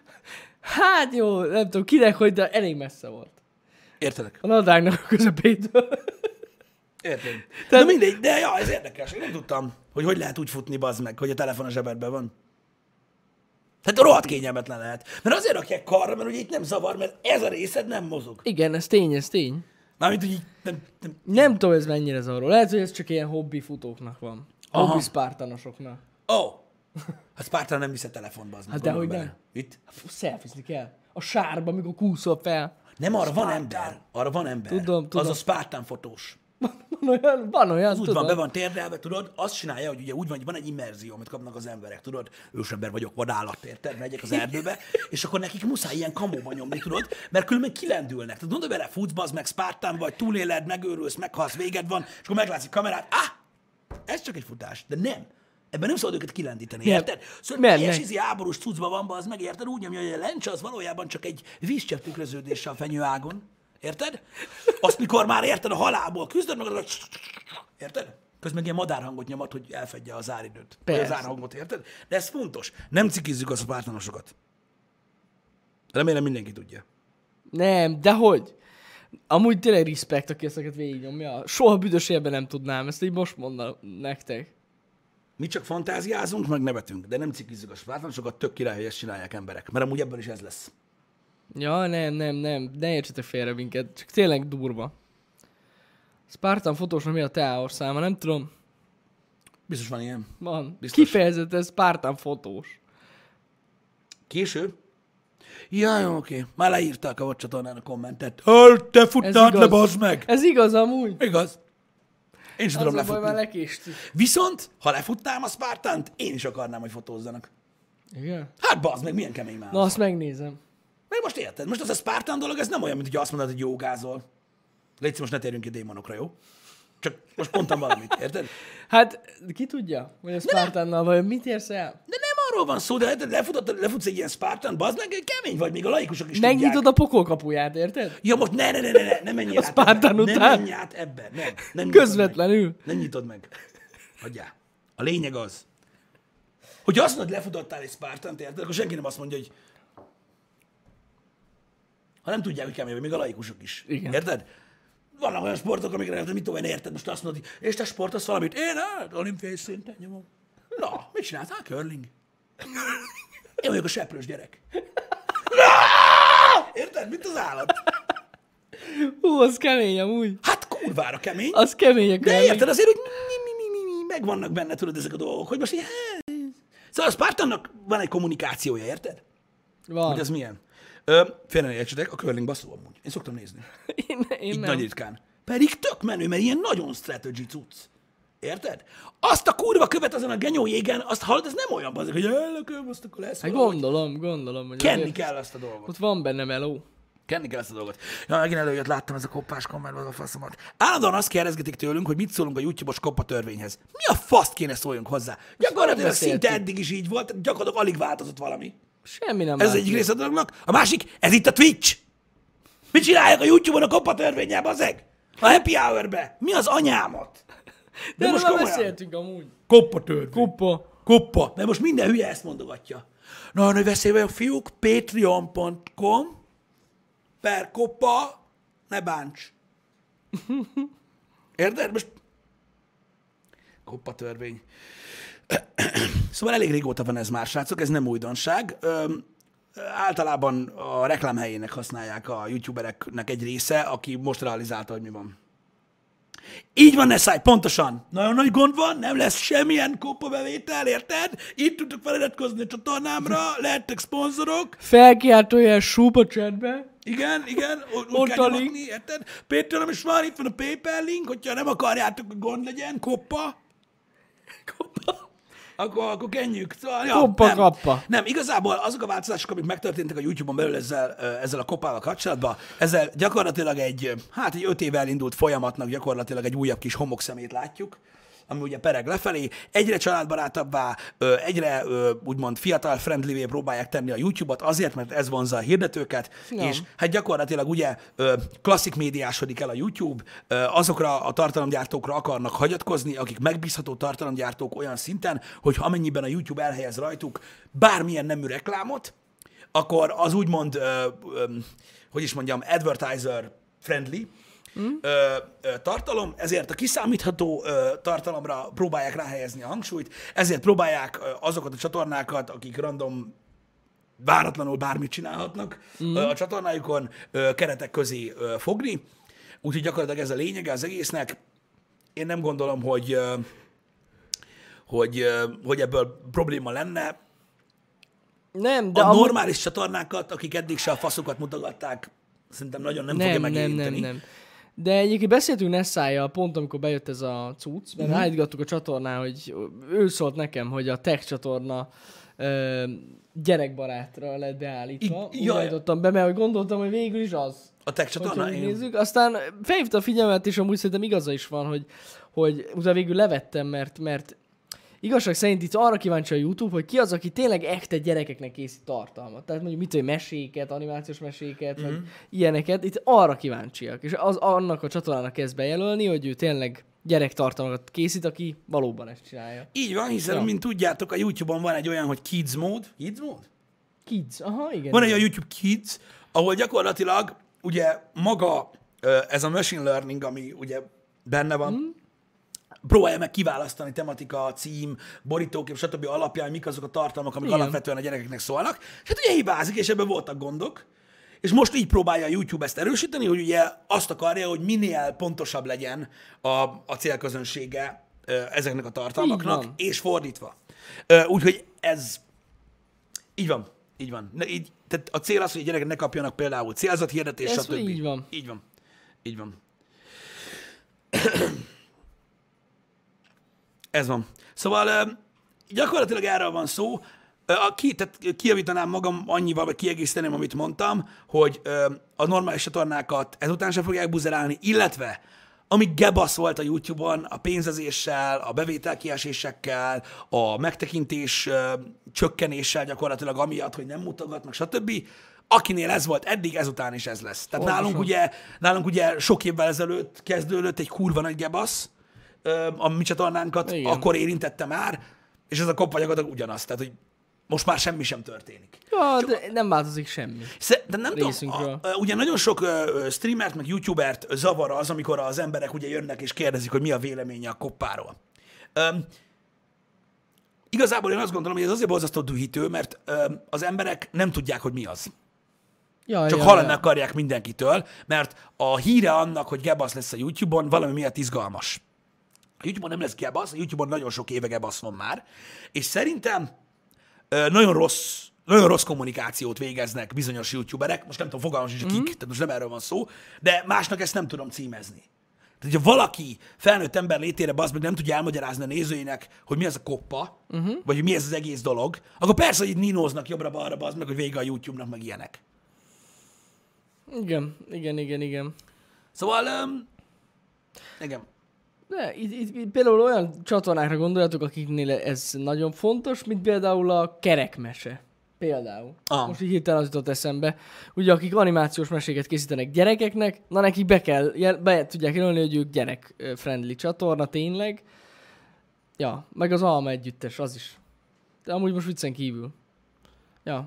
Speaker 1: Hát jó, nem tudom kinek, hogy de elég messze volt.
Speaker 2: Értelek?
Speaker 1: A nadrágnak a közepétől.
Speaker 2: Érted. De mindegy, de ja, ez érdekes. Én nem tudtam, hogy lehet úgy futni, bazd meg, hogy a telefon a zsebedben van. Hát rohadt kényelmetlen lehet. Mert azért rakják karra, mert ugye itt nem zavar, mert ez a részed nem mozog.
Speaker 1: Igen, ez tény.
Speaker 2: Mármint, hogy így nem.
Speaker 1: Nem tudom, ez mennyire zavaró. Lehet, hogy ez csak ilyen hobbi futóknak van.
Speaker 2: Aha.
Speaker 1: Hobbi szpártanosoknak.
Speaker 2: Hát Spartan nem visz a telefonba, az
Speaker 1: Hát dehogy nem.
Speaker 2: Itt?
Speaker 1: Szelfizni kell. A sárba, amikor kúszol fel.
Speaker 2: Nem, arra van ember. Arra van ember.
Speaker 1: Tudom.
Speaker 2: Az a Spartan fotós.
Speaker 1: Van olyan,
Speaker 2: Az úgy
Speaker 1: tudom.
Speaker 2: van, be van térdelve, tudod, azt csinálja, hogy ugye úgy van, hogy van egy immerzió, amit kapnak az emberek, tudod, ősember vagyok, vadállat, érted, megyek az erdőbe, és akkor nekik muszáj ilyen kamóba nyomni, tudod, mert különben kilendülnek. Tehát mondod, bele futsz, bazd meg, Spartan vagy, túléled, megőrülsz, meghalsz, véged van, és akkor meglátsz egy kamerát, ez csak egy futás, de nem. Ebben nem szabad őket kilendíteni, érted? Szóval teljes izi háborús cuccban van, az meg, érted? Úgy nyomja, hogy a lencse az valójában csak egy vízcsepp tükröződéssel a fenyőágon. Érted? Azt, mikor már érted a halálból küzdöd, meg az, érted? Közben ilyen madárhangot nyomat, hogy elfedje az áridőt. Vagy az árhangot, érted? De ez fontos. Nem cikizzük a Spartanosokat. Remélem mindenki tudja.
Speaker 1: Nem, dehogy. Amúgy tényleg respekt, aki ezeket végignyomja. Soha büdös életben nem tudnám, ezt így most mondom nektek.
Speaker 2: Mi csak fantáziázunk, meg nevetünk, de nem cikizzük a Spartanosokat, tök király, hogy ezt csinálják emberek. Mert amúgy ebből is ez lesz.
Speaker 1: Ja, nem. Ne értsetek félre minket. Csak tényleg durva. Spartan fotósnak mi a teáorszáma? Nem tudom.
Speaker 2: Biztos van ilyen.
Speaker 1: Van.
Speaker 2: Biztos.
Speaker 1: Kifejezetten Spartan fotós.
Speaker 2: Késő? Ja, jó, oké. Már leírták a csatornán a kommentet. Te futtál le, bazd meg!
Speaker 1: Ez igaz amúgy.
Speaker 2: Igaz. Én sem tudom
Speaker 1: Az a baj, már
Speaker 2: lefutni.
Speaker 1: lekéstük.
Speaker 2: Viszont, ha lefuttám a Spartant, én is akarnám, hogy fotózzanak.
Speaker 1: Igen?
Speaker 2: Hát bazd meg, milyen kemény már.
Speaker 1: Na, azt megnézem.
Speaker 2: Meg most érted? Most az a Spartan dolog, ez nem olyan, mint hogy azt mondod, hogy jogázol. Légy most ne térjünk ki démonokra, jó? Csak most mondtam valamit, érted?
Speaker 1: Hát, ki tudja, hogy a Spartannal vagy, mit érsz el?
Speaker 2: De nem arról van szó, de érted, lefutsz egy ilyen Spartan, bazd meg, kemény vagy, még a laikusok is
Speaker 1: Megnyitod
Speaker 2: tudják.
Speaker 1: a pokol kapuját, érted?
Speaker 2: Ja, most ne menjél
Speaker 1: A
Speaker 2: át
Speaker 1: Spartan
Speaker 2: ebbe.
Speaker 1: után.
Speaker 2: Nem menj át ebbe, nem nyitod
Speaker 1: Közvetlenül.
Speaker 2: meg. Nem nyitod meg. Hagyjál. A lényeg az, hogy azt mondod, lefutottál egy Spartant, érted, akkor senki nem azt mondja, hogy ha nem tudják, hogy kemény vagy, még a laikusok is.
Speaker 1: Igen.
Speaker 2: Érted? Vannak olyan sportok, amikre nem mit tudom én, érted, most azt mondod, és te sportolsz valamit? Én hát olimpiai szinten nyomom. Na, mit csinálsz? Hát curling. Én vagyok a seprős gyerek. Érted? Mint az állat.
Speaker 1: Az kemény amúgy.
Speaker 2: Hát kurvára kemény.
Speaker 1: Az kemény a
Speaker 2: De
Speaker 1: kemény.
Speaker 2: érted, azért, hogy megvannak benne, tudod, ezek a dolgok, hogy most így, Szóval a Spartannak van egy kommunikációja, érted?
Speaker 1: Van.
Speaker 2: Hogy az milyen? Félre ne értsetek, a curling baszó amúgy. Én szoktam nézni.
Speaker 1: Én
Speaker 2: Így
Speaker 1: nem.
Speaker 2: nagy ritkán. Pedig tök menő, mert ilyen nagyon strategy cucc. Érted? Azt a kurva követ azon a genyó jégen, azt hallod, ez nem olyan bazeg, hogy elnököm, azt akkor lesz
Speaker 1: Hát
Speaker 2: valahogy.
Speaker 1: gondolom, hogy
Speaker 2: Kenni
Speaker 1: azért
Speaker 2: kell azt a dolgot.
Speaker 1: ott van benne meló.
Speaker 2: Kenni kell ezt a dolgot. Ja, megint előjött, láttam ez a koppás kommentben a faszomat. Állandóan azt kérdezgetik tőlünk, hogy mit szólunk a YouTube-os koppa törvényhez. Mi a faszt kéne szóljunk hozzá? Gyakorlatilag
Speaker 1: beszéltük.
Speaker 2: szinte eddig is így volt, gyakorlatilag alig változott valami.
Speaker 1: Semmi nem
Speaker 2: Ez az
Speaker 1: változik.
Speaker 2: egyik része a dolognak. A másik, ez itt a Twitch. Mit csinálják a YouTube-on a koppa törvényel, bazeg? A happy hour-be. Mi az anyámat?
Speaker 1: De
Speaker 2: most
Speaker 1: most
Speaker 2: komolyan.
Speaker 1: beszéltünk amúgy.
Speaker 2: Koppa törvény.
Speaker 1: Koppa.
Speaker 2: Koppa. Mert most minden hülye ezt mondogatja. Na, nagy veszély vagyok, fiúk, patreon.com/koppa, ne bánts. Érted? Most koppa törvény. Szóval elég régóta van ez már, srácok, ez nem újdonság. Általában a reklámhelyének használják a youtubereknek egy része, aki most realizálta, hogy mi van. Így van, Nessai, pontosan. Nagyon nagy gond van, nem lesz semmilyen koppabevétel, érted? Itt tudtok feliratkozni a csatornámra, lehettek szponzorok.
Speaker 1: Felkiáltójel súpa chatbe.
Speaker 2: Igen, úgy
Speaker 1: Ott
Speaker 2: kell
Speaker 1: a
Speaker 2: nyomatni,
Speaker 1: link.
Speaker 2: érted? Patreon is van, itt van a PayPal link, hogyha nem akarjátok, hogy gond legyen, koppa. Akkor kenjük. Szóval, ja,
Speaker 1: Koppa,
Speaker 2: nem,
Speaker 1: kappa.
Speaker 2: Nem, igazából azok a változások, amik megtörténtek a YouTube-on belül ezzel a koppával kapcsolatban, ezzel gyakorlatilag egy 5 éve elindult folyamatnak gyakorlatilag egy újabb kis homokszemét látjuk, ami ugye pereg lefelé, egyre családbarátabbá, egyre úgymond fiatal friendlyvé próbálják tenni a YouTube-ot azért, mert ez vonzza a hirdetőket,
Speaker 1: Ja.
Speaker 2: és hát gyakorlatilag ugye klasszik médiásodik el a YouTube, azokra a tartalomgyártókra akarnak hagyatkozni, akik megbízható tartalomgyártók olyan szinten, hogy amennyiben a YouTube elhelyez rajtuk bármilyen nemű reklámot, akkor az úgymond, hogy is mondjam, advertiser friendly, tartalom, ezért a kiszámítható tartalomra próbálják ráhelyezni a hangsúlyt, ezért próbálják azokat a csatornákat, akik random váratlanul bármit csinálhatnak a csatornájukon keretek közé fogni. Úgyhogy gyakorlatilag ez a lényege az egésznek. Én nem gondolom, hogy ebből probléma lenne.
Speaker 1: Nem, de
Speaker 2: A normális csatornákat, akik eddig se a faszokat mutogatták, szerintem nagyon nem fogja megérinteni.
Speaker 1: nem. De egyébként beszéltünk Nessájjal pont, amikor bejött ez a cucc, mert állítgattuk a csatornán, hogy ő szólt nekem, hogy a tech csatorna gyerekbarátra lett beállítva. Úgy állítottam be, mert gondoltam, hogy végül is az.
Speaker 2: A tech csatorna?
Speaker 1: Hogyha nézzük. Aztán felhívta a figyelmet, és amúgy szerintem igaza is van, hogy utána végül levettem, mert igazság szerint itt arra kíváncsi a YouTube, hogy ki az, aki tényleg ekte gyerekeknek készít tartalmat. Tehát mondjuk mit tudom, meséket, animációs meséket, meg ilyeneket. Itt arra kíváncsiak. És annak a csatornának kezd bejelölni, hogy ő tényleg gyerektartalmakat készít, aki valóban ezt csinálja.
Speaker 2: Így van, hiszen, mint tudjátok, a YouTube-on van egy olyan, hogy Kids Mode. Kids Mode?
Speaker 1: Kids, aha, igen.
Speaker 2: Van egy a YouTube Kids, ahol gyakorlatilag ugye maga ez a machine learning, ami ugye benne van, próbálja meg kiválasztani tematika, cím, borítókép, stb. Alapján, mik azok a tartalmak, amik alapvetően a gyerekeknek szólnak. És hát ugye hibázik, és ebben voltak gondok. És most így próbálja a YouTube ezt erősíteni, hogy ugye azt akarja, hogy minél pontosabb legyen a célközönsége ezeknek a tartalmaknak, és fordítva. Úgyhogy ez így van. Így van. Tehát a cél az, hogy a gyerekek ne kapjanak például célzat hirdetés, stb.
Speaker 1: Így van.
Speaker 2: Így van. Így van. Ez van. Szóval gyakorlatilag erről van szó. Tehát kijavítanám magam annyival, vagy kiegészíteném, amit mondtam, hogy a normális csatornákat ezután sem fogják buzerálni, illetve amíg gebasz volt a YouTube-on a pénzezéssel, a bevételkiesésekkel, a megtekintés csökkenéssel gyakorlatilag amiatt, hogy nem mutogatnak, stb. Akinél ez volt eddig, ezután is ez lesz. Tehát nálunk ugye sok évvel ezelőtt kezdődött egy kurva nagy gebasz, a mi csatornánkat, igen, akkor érintette már, és ez a koppa gyakorlatilag ugyanaz, tehát hogy most már semmi sem történik.
Speaker 1: Ja, de nem változik semmi.
Speaker 2: De nem tudom, ugye nagyon sok streamert, meg youtubert zavar az, amikor az emberek ugye jönnek és kérdezik, hogy mi a véleménye a koppáról. Igazából én azt gondolom, hogy ez azért borzasztó dühítő, mert az emberek nem tudják, hogy mi az. Csak hallani akarják mindenkitől, mert a híre annak, hogy gebasz lesz a YouTube-on, valami miatt izgalmas. A YouTube-on nem lesz gebasz, a YouTube-on nagyon sok éve gebasz van már, és szerintem nagyon rossz kommunikációt végeznek bizonyos youtuberek, most nem tudom, fogalmam sincs kik, tehát most nem erről van szó, de másnak ezt nem tudom címezni. Tehát, hogyha valaki felnőtt ember létére bazd meg nem tudja elmagyarázni a nézőinek, hogy mi az a koppa, vagy hogy mi ez az egész dolog, akkor persze, hogy itt ninóznak jobbra-balra bazd meg, hogy vége a YouTube-nak, meg ilyenek.
Speaker 1: Igen.
Speaker 2: Szóval, igen.
Speaker 1: De itt például olyan csatornákra gondoljatok, akiknél ez nagyon fontos, mint például a kerekmese. Például. Most így hirtelen az jutott eszembe. Ugye akik animációs meséket készítenek gyerekeknek, na nekik be tudják jelölni, hogy ők gyerek-friendly csatorna, tényleg. Ja, meg az Alma együttes, az is. De amúgy most viccen kívül. Ja.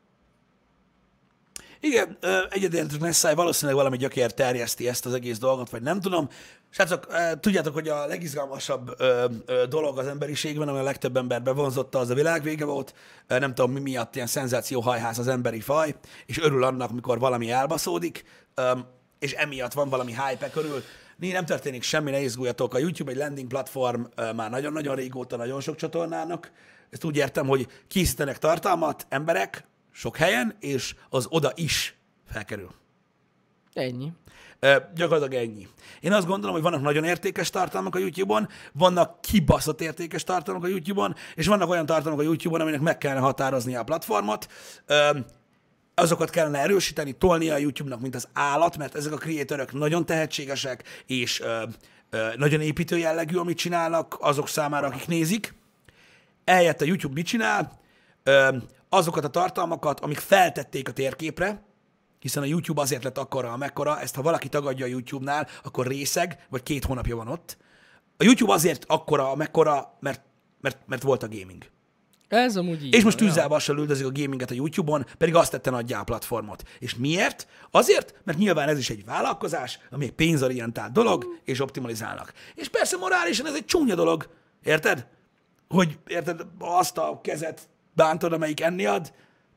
Speaker 2: Igen, egyedülentős Nessai valószínűleg valami gyökér terjeszti ezt az egész dolgot, vagy nem tudom. Srácok, tudjátok, hogy a legizgalmasabb dolog az emberiségben, ami a legtöbb ember bevonzotta, az a világvége volt. Nem tudom, mi miatt ilyen szenzációhajház az emberi faj, és örül annak, mikor valami elbaszódik, és emiatt van valami hype körül. Nem történik semmi, ne izguljatok. A YouTube egy landing platform már nagyon-nagyon régóta, nagyon sok csatornának. Ezt úgy értem, hogy készítenek tartalmat emberek sok helyen, és az oda is felkerül.
Speaker 1: Ennyi.
Speaker 2: Gyakorlatilag ennyi. Én azt gondolom, hogy vannak nagyon értékes tartalmak a YouTube-on, vannak kibaszott értékes tartalmak a YouTube-on, és vannak olyan tartalmak a YouTube-on, aminek meg kellene határoznia a platformot. Azokat kellene erősíteni, tolnia a YouTube-nak, mint az állat, mert ezek a creatorok nagyon tehetségesek, és nagyon építő jellegű, amit csinálnak azok számára, akik nézik. Eljött a YouTube mit csinál? Azokat a tartalmakat, amik feltették a térképre, hiszen a YouTube azért lett akkora, amekkora, ezt ha valaki tagadja a YouTube-nál, akkor részeg, vagy 2 hónapja van ott. A YouTube azért akkora, amekkora, mert volt a gaming.
Speaker 1: Ez amúgy így.
Speaker 2: És most tűzzelvassal üldözik a gaminget a YouTube-on, pedig azt tette nagyjá a platformot. És miért? Azért, mert nyilván ez is egy vállalkozás, ami egy pénzorientált dolog, és optimalizálnak. És persze morálisan ez egy csúnya dolog, érted? Hogy érted, azt a kezet bántod, amelyik enni ad,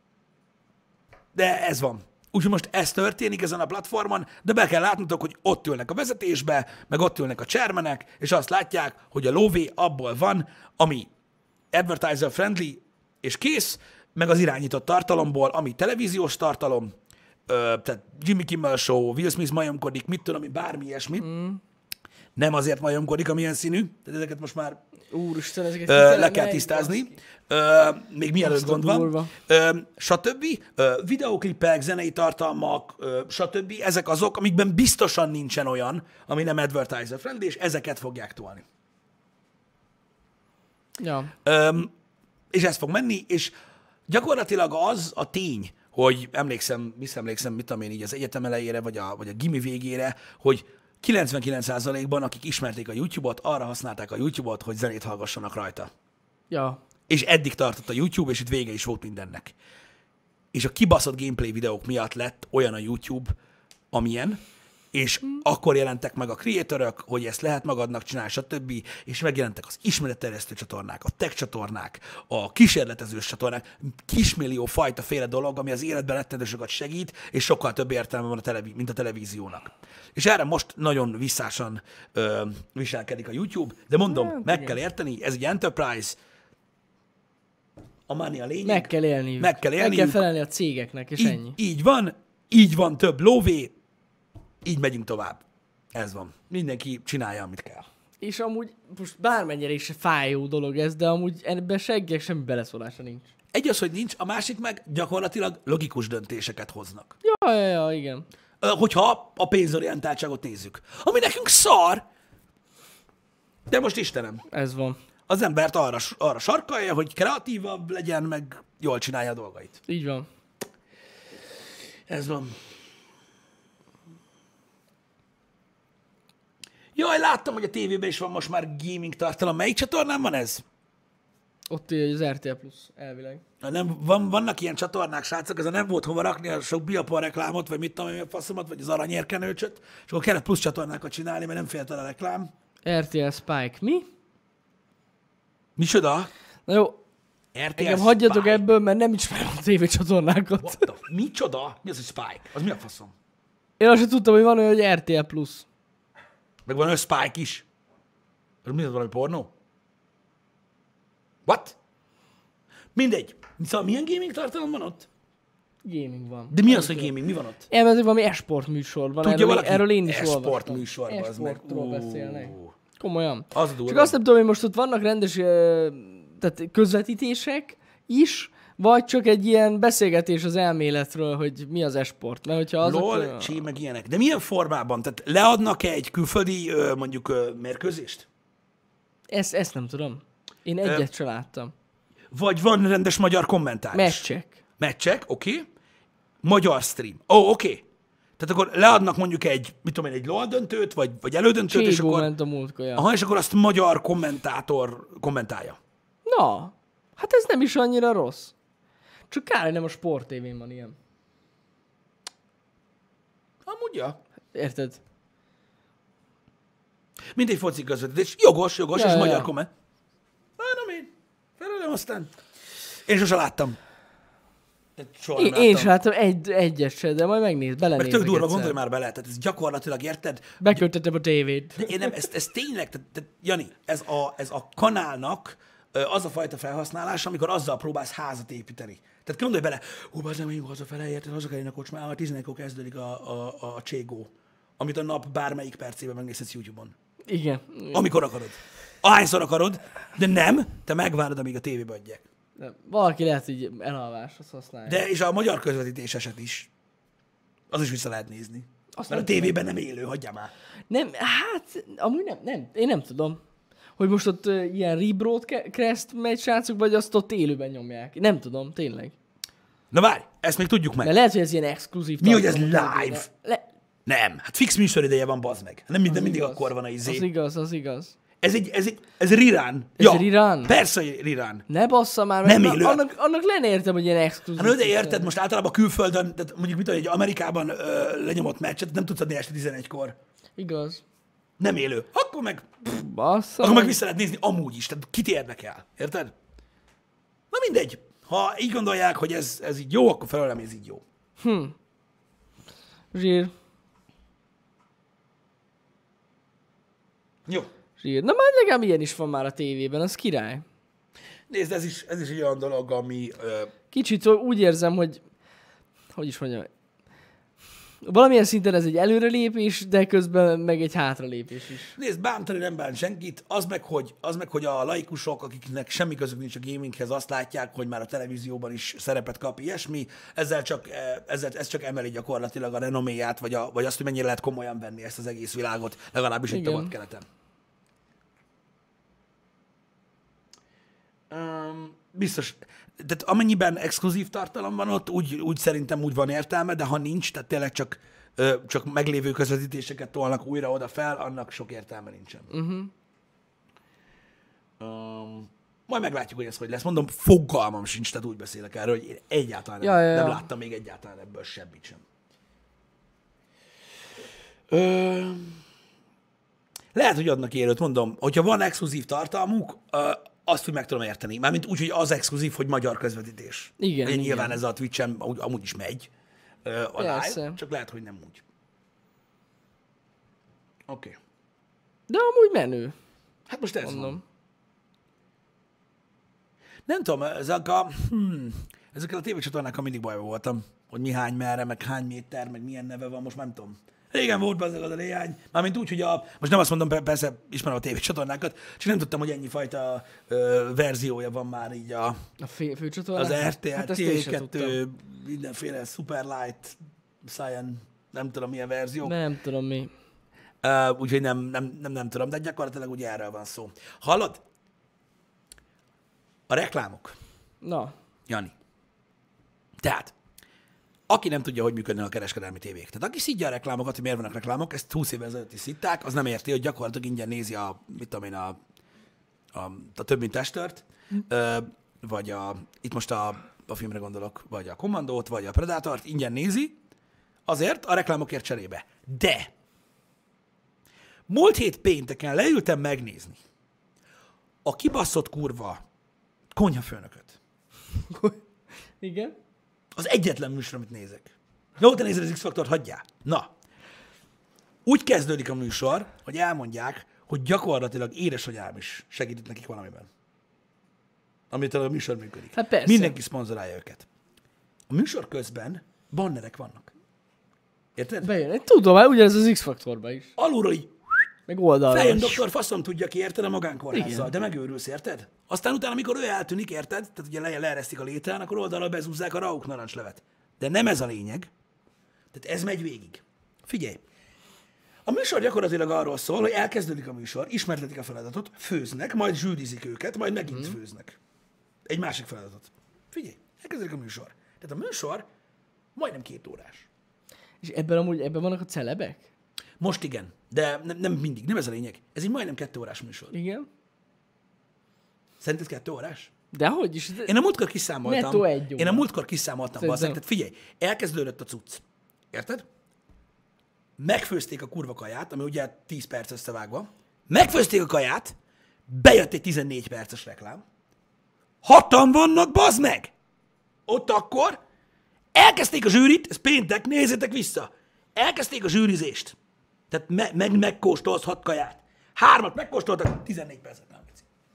Speaker 2: de ez van. Úgyhogy most ez történik ezen a platformon, de be kell látnotok, hogy ott ülnek a vezetésbe, meg ott ülnek a chairmanek, és azt látják, hogy a lóvé abból van, ami advertiser friendly, és kész, meg az irányított tartalomból, ami televíziós tartalom, tehát Jimmy Kimmel Show, Will Smith majomkodik, mit tudom, bármi ilyesmi. Nem azért majomkodik, amilyen színű, tehát ezeket most már
Speaker 1: Úristen, ezeket
Speaker 2: le kell tisztázni, még mielőtt gond van, stb. Videóklipek, zenei tartalmak, stb. Ezek azok, amikben biztosan nincsen olyan, ami nem advertiser friendly, és ezeket fogják tolni.
Speaker 1: Ja.
Speaker 2: És ez fog menni, és gyakorlatilag az a tény, hogy visszaemlékszem, mit tudom én így az egyetem elejére, vagy a gimi végére, hogy 99%-ban, akik ismerték a YouTube-ot, arra használták a YouTube-ot, hogy zenét hallgassanak rajta.
Speaker 1: Ja.
Speaker 2: És eddig tartott a YouTube, és itt vége is volt mindennek. És a kibaszott gameplay videók miatt lett olyan a YouTube, amilyen, és akkor jelentek meg a creatorök, hogy ezt lehet magadnak csinálni, stb. És megjelentek az ismeretterjesztő csatornák, a tech csatornák, a kísérletezős csatornák, kismillió fajta féle dolog, ami az életben rettentő sokat segít, és sokkal több értelme van mint a televíziónak. És erre most nagyon visszásan viselkedik a YouTube, de mondom, meg kell érteni, ez egy enterprise, a money a lényeg.
Speaker 1: Meg kell élniük.
Speaker 2: Meg kell
Speaker 1: felelni a cégeknek, és ennyi.
Speaker 2: Így van több lóvé, így megyünk tovább. Ez van. Mindenki csinálja, amit kell.
Speaker 1: És amúgy most bármennyire is fájó dolog ez, de amúgy ebben semmi beleszólása nincs.
Speaker 2: Egy az, hogy nincs, a másik meg gyakorlatilag logikus döntéseket hoznak.
Speaker 1: Ja, igen.
Speaker 2: Hogyha a pénzorientáltságot nézzük. Ami nekünk szar, de most Istenem.
Speaker 1: Ez van.
Speaker 2: Az embert arra sarkalja, hogy kreatívabb legyen, meg jól csinálja a dolgait.
Speaker 1: Így van.
Speaker 2: Ez van. Jaj, láttam, hogy a tévében is van most már gaming tartalom. Melyik csatornán van ez?
Speaker 1: Ott az RTL Plus, elvileg.
Speaker 2: Nem, vannak ilyen csatornák, srácok, ez a nem volt hova rakni a sok Biapar reklámot, vagy mit tudom én, a faszomat, vagy az aranyérkenőcsöt, és akkor kellett plusz csatornákat csinálni, mert nem félt el a reklám.
Speaker 1: RTL Spike. Mi?
Speaker 2: Micsoda?
Speaker 1: Na jó.
Speaker 2: RTL
Speaker 1: Engem hagyjatok
Speaker 2: Spike.
Speaker 1: ebből, mert nem ismerem a tévécsatornákat.
Speaker 2: Micsoda? Mi az, hogy Spike? Az mi a faszom?
Speaker 1: Én azt sem tudtam, hogy van olyan, hogy RTL Plus.
Speaker 2: Meg van olyan Spike is. Ez mi az, valami pornó? What? Mindegy. Szóval milyen gaming tartalom van ott?
Speaker 1: Gaming van.
Speaker 2: De mi az, hogy gaming? Mi van ott?
Speaker 1: Elmentek valami esport műsorban.
Speaker 2: Tudja valaki?
Speaker 1: Erről én is
Speaker 2: Esport
Speaker 1: olvastam.
Speaker 2: műsorban, az meg.
Speaker 1: Esportról beszélnek. Komolyan.
Speaker 2: Az durva.
Speaker 1: Csak azt nem tudom, hogy most ott vannak rendes tehát közvetítések is, vagy csak egy ilyen beszélgetés az elméletről, hogy mi az esport. Mert hogyha azok...
Speaker 2: LOL, csí, meg ilyenek. De milyen formában? Tehát leadnak-e egy külföldi mondjuk mérkőzést?
Speaker 1: Ezt nem tudom. Én egyet se láttam.
Speaker 2: Vagy van rendes magyar kommentár?
Speaker 1: Meccsek.
Speaker 2: Meccsek, oké. Magyar stream. Oké. Tehát akkor leadnak mondjuk egy, mit tudom én, egy LOL döntőt, vagy elődöntőt, és
Speaker 1: Cségó
Speaker 2: akkor...
Speaker 1: ment a múltkor, ja.
Speaker 2: Aha, és akkor azt magyar kommentátor kommentálja.
Speaker 1: Na, hát ez nem is annyira rossz. Csak kár, hogy nem a Sport TV-n van ilyen.
Speaker 2: Amúgy, ja.
Speaker 1: Érted?
Speaker 2: Mint egy foci közvetítés. Jogos, és
Speaker 1: Ja.
Speaker 2: magyar komment. Várom én. Felelem aztán. Én sose láttam. Soha nem
Speaker 1: Én sem láttam egyet se, de majd belenézek
Speaker 2: Meg tök durva,
Speaker 1: egyszer.
Speaker 2: gondolj már bele. Tehát ez gyakorlatilag, érted?
Speaker 1: Beköltöttem a tévét.
Speaker 2: De én nem, ez tényleg, tehát, Jani, ez a kanálnak az a fajta felhasználás, amikor azzal próbálsz házat építeni. Tehát gondolj bele, bazd nem, megyünk hazafele, érted, haza kell én a kocsmával, 11-kor kezdődik a cségó, amit a nap bármelyik percében megnézhetsz YouTube-on.
Speaker 1: Igen.
Speaker 2: Amikor akarod. Ahányszor akarod, de nem, te megvárod, amíg a tévébe adják.
Speaker 1: De valaki lehet, hogy elalváshoz használja.
Speaker 2: De és a magyar közvetítés eset is. Az is vissza lehet nézni.
Speaker 1: Azt
Speaker 2: Mert a
Speaker 1: nem
Speaker 2: tévében nem élő, hagyjál már.
Speaker 1: Nem, hát, amúgy nem. Én nem tudom. Hogy most ott ilyen rebroadcast megy, srácok, vagy azt ott élőben nyomják. Nem tudom, tényleg.
Speaker 2: Na várj, ezt még tudjuk meg.
Speaker 1: Mert lehet, hogy ez ilyen exkluzív.
Speaker 2: Mi, hogy ez
Speaker 1: tartalom,
Speaker 2: live?
Speaker 1: Nem,
Speaker 2: Hát fix műsorideje van, bazd meg. Nem mindig
Speaker 1: igaz.
Speaker 2: akkor van a izé.
Speaker 1: Az igaz.
Speaker 2: Ez rirán.
Speaker 1: Ez rirán?
Speaker 2: Persze, hogy rirán.
Speaker 1: Ne bassza már,
Speaker 2: Nem
Speaker 1: mert
Speaker 2: élő.
Speaker 1: annak lenne értem, hogy ilyen exkluzív.
Speaker 2: Hát de érted, most általában külföldön, tehát mondjuk mit tudom, egy Amerikában lenyomott meccset, nem tudsz adni este 11-kor.
Speaker 1: Igaz.
Speaker 2: Nem élő. Akkor meg
Speaker 1: Bassza.
Speaker 2: Akkor meg vissza lehet nézni amúgy is, tehát kit érdekel, érted? Na mindegy. Ha így gondolják, hogy ez így jó, akkor felelem, ez így jó.
Speaker 1: Zsír.
Speaker 2: Jó.
Speaker 1: Zsír. Na már legalább ilyen is van már a tévében, az király.
Speaker 2: Nézd, ez is egy olyan dolog, ami...
Speaker 1: Kicsit úgy érzem, hogy is mondjam, valamilyen szinten ez egy előrelépés, de közben meg egy hátralépés is.
Speaker 2: Nézd, bántani nem bánt senkit, az meg, hogy a laikusok, akiknek semmi közük nincs a gaminghez, azt látják, hogy már a televízióban is szerepet kap ilyesmi, ez csak emeli gyakorlatilag a renoméját, vagy azt, hogy mennyire lehet komolyan venni ezt az egész világot, legalábbis itt a vadkeleten. Biztos, tehát amennyiben exkluzív tartalom van ott, úgy szerintem úgy van értelme, de ha nincs, tehát tényleg csak meglévő közvetítéseket tolnak újra oda fel, annak sok értelme nincsen. Majd meglátjuk, hogy ez hogy lesz. Mondom, fogalmam sincs, tehát úgy beszélek erről, hogy én egyáltalán nem láttam még egyáltalán ebből semmit sem. Lehet, hogy adnak élőt, mondom, hogyha van exkluzív tartalmuk, azt úgy meg tudom érteni. Mármint úgy, hogy az exkluzív, hogy magyar közvetítés.
Speaker 1: Igen, igen.
Speaker 2: Nyilván ez a Twitch-en amúgy is megy a live, csak lehet, hogy nem úgy. Oké.
Speaker 1: De amúgy menő.
Speaker 2: Hát most ez
Speaker 1: Mondom.
Speaker 2: van. Nem tudom, ezekkel a tévécsatornákkal mindig bajban voltam, hogy mi hány merre, meg hány méter, meg milyen neve van, most nem tudom. Régen volt az a néhány, mármint úgy, hogy most nem azt mondom, persze ismerem a tévécsatornákat, csak nem tudtam, hogy ennyi fajta verziója van már így
Speaker 1: A főcsatornán?
Speaker 2: az RTL,
Speaker 1: hát ezt én sem
Speaker 2: T2,
Speaker 1: tudtam.
Speaker 2: mindenféle Superlight, Cyan, nem tudom milyen verzió.
Speaker 1: Nem tudom mi.
Speaker 2: Úgyhogy nem tudom, de gyakorlatilag ugye erről van szó. Hallod? A reklámok.
Speaker 1: Na.
Speaker 2: Jani. Tehát, aki nem tudja, hogy működnek a kereskedelmi tévék. Tehát aki szidja a reklámokat, hogy miért vannak reklámok, ezt 20 évvel ezelőtt is szitták, az nem érti, hogy gyakorlatilag ingyen nézi a több mint testört, vagy itt most a filmre gondolok, vagy a Kommandót, vagy a Predátort, ingyen nézi, azért a reklámokért cserébe. De múlt hét pénteken leültem megnézni a kibaszott kurva konyhafőnököt.
Speaker 1: Igen?
Speaker 2: Az egyetlen műsor, amit nézek. Jó, te nézed az X-faktort, hagyjál. Na, úgy kezdődik a műsor, hogy elmondják, hogy gyakorlatilag édesanyám is segített nekik valamiben. Amitől a műsor működik.
Speaker 1: Hát persze.
Speaker 2: Mindenki szponzorálja őket. A műsor közben bannerek vannak. Érted?
Speaker 1: Bejön. Én tudom, hát ugyanez az X-faktorban is.
Speaker 2: Alulról így
Speaker 1: Meg oldalról
Speaker 2: feljön
Speaker 1: is.
Speaker 2: doktor faszom tudja ki, érted, a magánkórházzal,
Speaker 1: Igen.
Speaker 2: de megőrülsz, érted? Aztán utána, amikor ő eltűnik, érted? Tehát ugye leeresztik a létrán, akkor oldalra bezúzzák a rauk narancslevet. De nem ez a lényeg. Tehát ez megy végig. Figyelj! A műsor gyakorlatilag arról szól, hogy elkezdődik a műsor, ismertetik a feladatot, főznek, majd zsűrizik őket, majd megint főznek. Egy másik feladatot. Figyelj, elkezdődik a műsor. Tehát a műsor majdnem 2 órás.
Speaker 1: És ebben vannak a celebek?
Speaker 2: Most igen, de nem mindig, nem ez a lényeg. Ez egy majdnem 2 órás műsor.
Speaker 1: Igen.
Speaker 2: Szerinted 2 órás?
Speaker 1: Dehogy is.
Speaker 2: Én a múltkor kiszámoltam.
Speaker 1: Nettó 1 óra.
Speaker 2: Én a múltkor kiszámoltam,
Speaker 1: Szerintem.
Speaker 2: bazzeg. Tehát figyelj, elkezdődött a cucc. Érted? Megfőzték a kurva kaját, ami ugye 10 perc összevágva. Megfőzték a kaját, bejött egy 14 perces reklám. 6-an vannak, bazd meg! Ott akkor elkezdték a zsűrit, ez péntek, nézzétek vissza. Elkezdték a zsűrizést. Tehát megkóstolsz 6 kaját. 3-at megkóstoltak, 14 percet nem.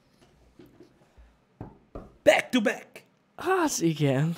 Speaker 2: Back to back.
Speaker 1: Hát igen.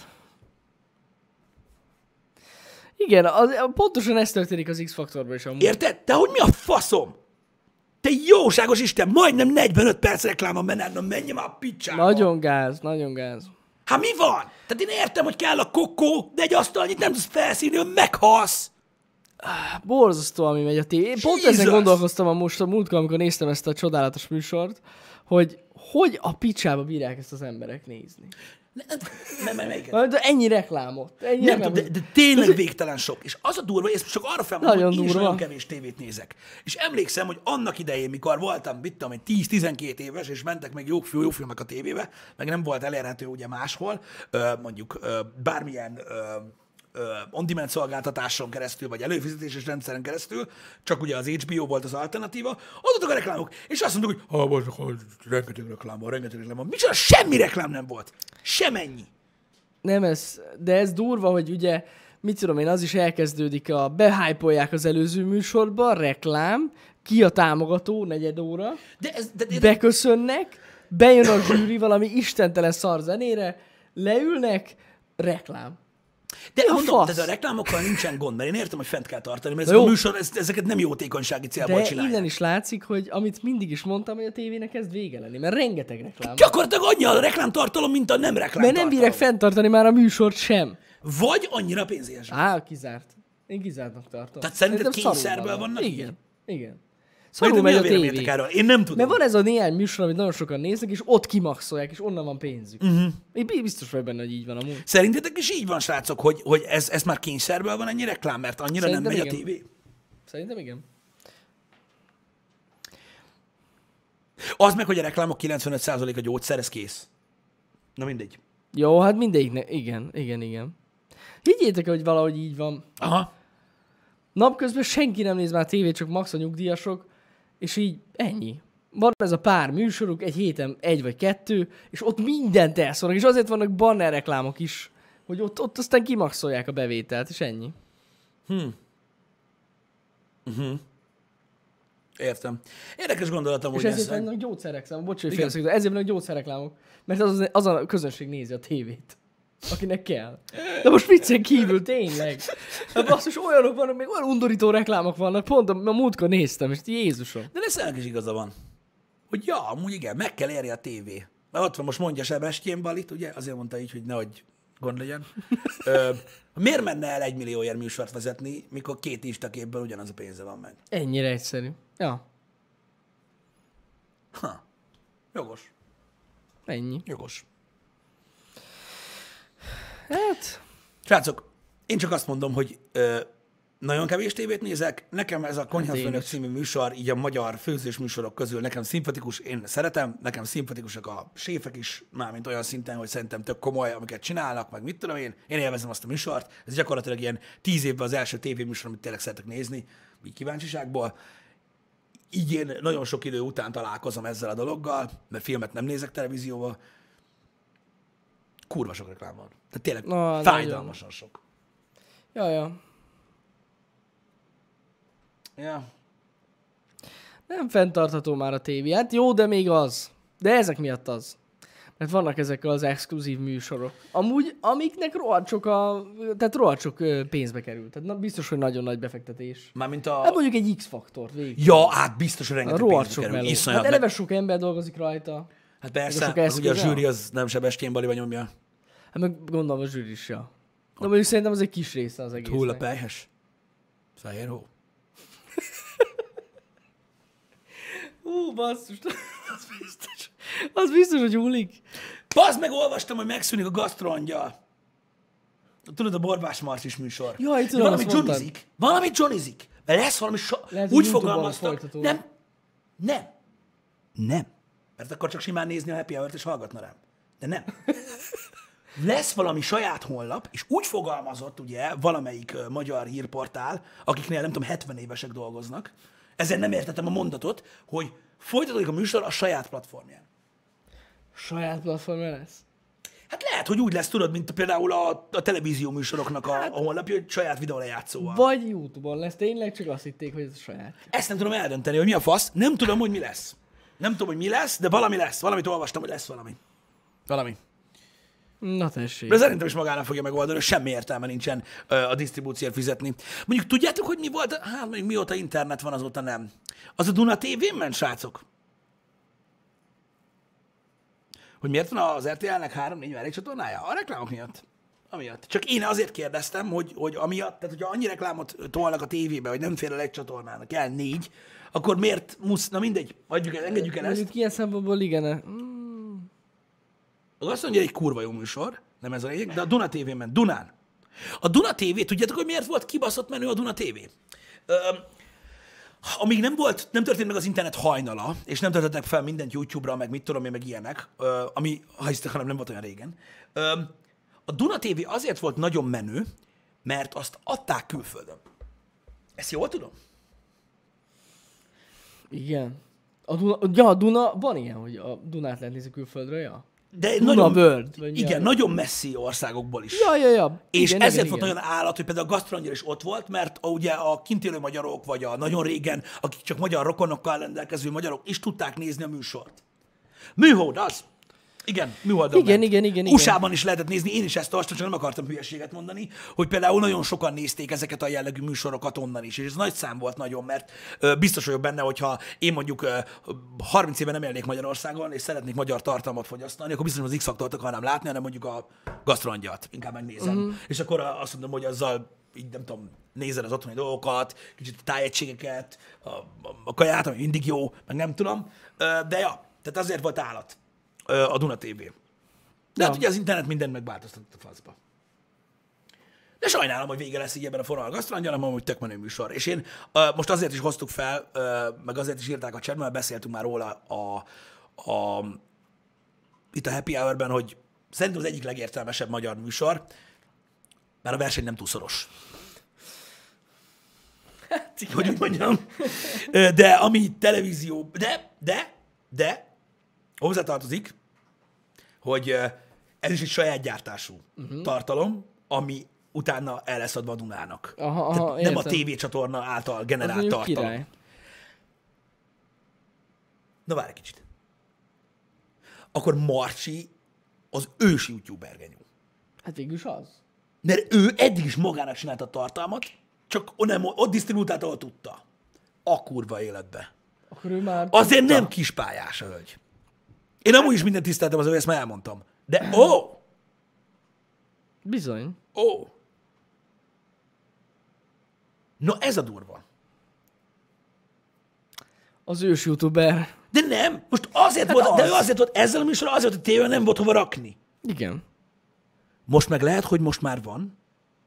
Speaker 1: Igen, pontosan ez történik az X-faktorban is amúgy.
Speaker 2: Érted? De hogy mi a faszom? Te jóságos Isten, majdnem 45 perc reklám van benne, menj már a picsába.
Speaker 1: Nagyon gáz, nagyon gáz.
Speaker 2: Hát mi van? Tehát én értem, hogy kell a kokó, de egy asztalnyit nem tudsz felszínni, hogy meghalsz.
Speaker 1: Borzasztó, ami megy a tévé. Én pont
Speaker 2: Jesus!
Speaker 1: ezen gondolkoztam a múltkor, amikor néztem ezt a csodálatos műsort, hogy a picsába bírják ezt az emberek nézni.
Speaker 2: Melyiket?
Speaker 1: De ennyi reklámot. Ennyi
Speaker 2: Nem
Speaker 1: reklámot.
Speaker 2: tudom, de tényleg végtelen sok. És az a durva, hogy ezt csak arra felmondom,
Speaker 1: Nagyon
Speaker 2: hogy én is
Speaker 1: durva.
Speaker 2: nagyon kevés tévét nézek. És emlékszem, hogy annak idején, mikor voltam, mit tudom én, 10-12 éves, és mentek meg jó filmek a tévébe, meg nem volt elérhető ugye máshol, mondjuk bármilyen on-demand szolgáltatáson keresztül, vagy előfizetéses rendszeren keresztül, csak ugye az HBO volt az alternatíva, ott voltak a reklámok, és azt mondtuk, hogy rengeteg reklám van. Micsoda, semmi reklám nem volt. Semennyi.
Speaker 1: Nem ez, de ez durva, hogy ugye, mit tudom én, az is elkezdődik, behypolják az előző műsorba, reklám, ki a támogató, 4 óra, beköszönnek, bejön a zsűri valami istentelen szar zenére, leülnek, reklám.
Speaker 2: De
Speaker 1: a
Speaker 2: mondom,
Speaker 1: fasz?
Speaker 2: tehát a reklámokkal nincsen gond, mert én értem, hogy fent kell tartani, mert ez a műsor, ezeket nem jótékonysági célból
Speaker 1: De
Speaker 2: csinálják.
Speaker 1: innen is látszik, hogy amit mindig is mondtam, hogy a tévének kezd vége lenni, mert rengeteg reklám.
Speaker 2: Gyakorlatilag annyi a reklámtartalom, mint a nem reklámtartalom.
Speaker 1: Mert nem bírják fenntartani már a műsort sem.
Speaker 2: Vagy annyira pénzéhes.
Speaker 1: Kizárt. Én kizártnak tartom.
Speaker 2: Tehát szerinted
Speaker 1: Szerintem
Speaker 2: kényszerből
Speaker 1: szarul
Speaker 2: vannak így?
Speaker 1: Igen. Igen.
Speaker 2: Szarul
Speaker 1: Szarul megy a
Speaker 2: véleményetek
Speaker 1: tévé.
Speaker 2: erről? Én nem tudom.
Speaker 1: Mert van ez a néhány műsor, amit nagyon sokan néznek, és ott kimaxolják, és onnan van pénzük. Én biztos vagy benne, hogy így van amúgy.
Speaker 2: Szerintetek is így van, srácok, hogy ez már kényszerből van ennyi reklám, mert annyira
Speaker 1: Szerintem
Speaker 2: nem megy
Speaker 1: igen.
Speaker 2: a tévé?
Speaker 1: Szerintem igen.
Speaker 2: Az meg, hogy a reklámok 95%-a gyógyszer, ez kész. Na mindegy.
Speaker 1: Jó, hát mindegyiknek. Igen. Higgyétek, hogy valahogy így van.
Speaker 2: Aha.
Speaker 1: Napközben senki nem néz már tévét, csak max a nyugdíjasok, és így ennyi. Van ez a pár műsoruk, egy héten 1 vagy 2, és ott mindent elszólnak, és azért vannak banner reklámok is, hogy ott aztán kimaxolják a bevételt, és ennyi.
Speaker 2: Értem. Érdekes gondolatom,
Speaker 1: És
Speaker 2: hogy
Speaker 1: ezért
Speaker 2: ez...
Speaker 1: vannak gyógyszerreklámok, bocs, hogy
Speaker 2: Igen.
Speaker 1: félszakítom, ezért vannak gyógyszerreklámok, mert az a közönség nézi a tévét, akinek kell. De most viccen kívül, tényleg. Hát basszus, olyanok vannak, még olyan undorító reklámok vannak, pont a múltkor néztem, és Jézusom.
Speaker 2: De Leszelnek is igaza van. Hogy ja, amúgy igen, meg kell érje a tévé. Mert ott van, most mondja Sebestyén Balit, ugye? Azért mondta így, hogy nehogy gond legyen. Miért menne el 1 millióért műsort vezetni, mikor 2 instaképből ugyanaz a pénze van meg?
Speaker 1: Ennyire egyszerű. Ja,
Speaker 2: Jogos.
Speaker 1: ennyi.
Speaker 2: Jogos.
Speaker 1: Hát,
Speaker 2: Srácok, én csak azt mondom, hogy nagyon kevés tévét nézek. Nekem ez a Konyhafőnök című műsor, így a magyar főzős műsorok közül nekem szimpatikus, én szeretem, nekem szimpatikusak a séfek is, mármint olyan szinten, hogy szerintem tök komoly, amiket csinálnak, meg mit tudom én élvezem azt a műsort. Ez gyakorlatilag ilyen 10 évben az első tévéműsor, amit tényleg szeretek nézni, így kíváncsiságból. Így én nagyon sok idő után találkozom ezzel a dologgal, mert filmet nem nézek televízióval. Kurva sok reklám van. Tehát tényleg fájdalmasan sok.
Speaker 1: Ja.
Speaker 2: Ja.
Speaker 1: Nem fenntartható már a tévé. Hát jó, de még az. De ezek miatt az. Mert vannak ezek az exkluzív műsorok. Amúgy, amiknek rohadt sok pénzbe került. Tehát biztos, hogy nagyon nagy befektetés.
Speaker 2: Mármint
Speaker 1: Hát mondjuk egy X-faktort végig.
Speaker 2: Ja, hát biztos, hogy rengeteg
Speaker 1: Rohadt
Speaker 2: pénzbe
Speaker 1: sok
Speaker 2: kerül.
Speaker 1: meló.
Speaker 2: Iszonyat.
Speaker 1: Hát eleve sok ember dolgozik rajta.
Speaker 2: Hát persze,
Speaker 1: sok
Speaker 2: az ugye a
Speaker 1: eszköze.
Speaker 2: zsűri az nem Sebestyén Baliba nyomja.
Speaker 1: Hát meg gondolom a zsűri is, ja. De mondjuk szerintem az egy kis része az egésznek.
Speaker 2: Túl a pelyhes. Fehér hó.
Speaker 1: Basszus. Az biztos, hogy hullik.
Speaker 2: Bazd meg, olvastam, hogy megszűnik a gasztroangyal. Tudod, a Borbás Marcis műsor.
Speaker 1: Jaj, tudom,
Speaker 2: valami
Speaker 1: azt mondtad.
Speaker 2: johnnyzik. Valami johnnyzik. Mert lesz valami
Speaker 1: Lehet, hogy
Speaker 2: úgy
Speaker 1: YouTube-on
Speaker 2: fogalmaztak.
Speaker 1: folytatódik.
Speaker 2: Nem. Mert akkor csak simán nézni a Happy Hour-t és hallgatna rám. De nem. Lesz valami saját honlap, és úgy fogalmazott ugye valamelyik magyar hírportál, akiknél nem tudom, 70 évesek dolgoznak, ezért nem értettem a mondatot, hogy folytatódik a műsor a saját platformján.
Speaker 1: Saját platformja lesz?
Speaker 2: Hát lehet, hogy úgy lesz, tudod, mint például a televízió műsoroknak a honlapja, hogy saját videólejátszóval.
Speaker 1: Vagy YouTube-on lesz, tényleg csak azt hitték, hogy ez a saját.
Speaker 2: Ezt nem tudom eldönteni, hogy mi a fasz. Nem tudom, hogy mi lesz. Nem tudom, hogy mi lesz, de valami lesz. Valamit olvastam, hogy lesz valami. Valami.
Speaker 1: Na tessék.
Speaker 2: De szerintem is magának fogja megoldani, semmi értelme nincsen a disztribúciót fizetni. Mondjuk tudjátok, hogy mi volt? Hát mondjuk mióta internet van, azóta nem. Az a Duna TV-n ment, srácok? Hogy miért van az RTL-nek 3-4 mellékcsatornája? A reklámok miatt. Amiatt. Csak én azért kérdeztem, hogy amiatt, tehát hogyha annyi reklámot tolnak a tévébe, hogy nem fér el egy csatornának, el 4, akkor miért na mindegy, engedjük el ezt.
Speaker 1: Mondjuk ilyen szempontból igen.
Speaker 2: Azt mondja, egy kurva jó műsor, nem ez a lényeg, de a Duna TV-n ment, Dunán. A Duna TV, tudjátok, hogy miért volt kibaszott menő a Duna TV? Amíg nem történt meg az internet hajnala, és nem töltöttek fel mindent YouTube-ra, meg mit tudom én, meg ilyenek, ami, ha hisztek, hanem nem volt olyan régen, a Duna TV azért volt nagyon menő, mert azt adták külföldön. Ezt jól tudom?
Speaker 1: Igen. A Duna, van ilyen, hogy a Dunát lehet nézni külföldről, ja?
Speaker 2: De
Speaker 1: Duna World.
Speaker 2: igen, nagyon messzi országokból is.
Speaker 1: Ja.
Speaker 2: És
Speaker 1: igen,
Speaker 2: ezért
Speaker 1: igen,
Speaker 2: volt nagyon állat, hogy például a gasztrongyal is ott volt, mert ugye a kint élő magyarok, vagy a nagyon régen, akik csak magyar rokonokkal rendelkező magyarok is tudták nézni a műsort. Műhold az. Igen, műholdon
Speaker 1: Igen.
Speaker 2: USA-ban is lehetett nézni, én is ezt olvastam, csak nem akartam hülyeséget mondani, hogy például nagyon sokan nézték ezeket a jellegű műsorokat onnan is, és ez nagy szám volt nagyon, mert biztos vagyok benne, hogyha én mondjuk 30 éve nem élnék Magyarországon, és szeretnék magyar tartalmat fogyasztani, akkor biztos, hogy az X-faktort akarnám látni, hanem mondjuk a gasztroangyalt inkább megnézem. És akkor azt mondom, hogy azzal így nem tudom, nézed az otthoni dolgokat, kicsit a tájegységeket, a kaját, ami mindig jó, meg nem tudom. De ja, tehát azért volt állat a Duna TV. De hát ugye az internet mindent megváltoztatott a faszba. De sajnálom, hogy vége lesz így ebben a forralal gasztrangyal, hanem hogy tök menő műsor. És én most azért is hoztuk fel, meg azért is írták a chatben, mert beszéltünk már róla itt a Happy Hour-ben, hogy szerintem az egyik legértelmesebb magyar műsor, mert a verseny nem túl szoros. Hát, hogy úgy mondjam. De ami televízió, de hozzátartozik, hogy ez is egy saját gyártású tartalom, ami utána el lesz adva a Dunának.
Speaker 1: Aha,
Speaker 2: nem a tévécsatorna által generált tartalom.
Speaker 1: Király.
Speaker 2: Na várj egy kicsit. Akkor Marcsi az ősi youtubergenyú.
Speaker 1: Hát végül is az.
Speaker 2: Mert ő eddig is magának csinálta a tartalmat, csak ott disztribútálta, ahol tudta. A kurva életbe.
Speaker 1: Akkor ő már...
Speaker 2: Azért nem kispályás a hölgy. Én amúgy is mindent tiszteltem az ezt már elmondtam. De
Speaker 1: Bizony.
Speaker 2: Na ez a durva.
Speaker 1: Az ős youtuber.
Speaker 2: De nem, most azért
Speaker 1: Hát
Speaker 2: volt,
Speaker 1: az.
Speaker 2: de ő azért volt, ezzel a műsorral azért, hogy tévén nem volt hova rakni.
Speaker 1: Igen.
Speaker 2: Most meg lehet, hogy most már van,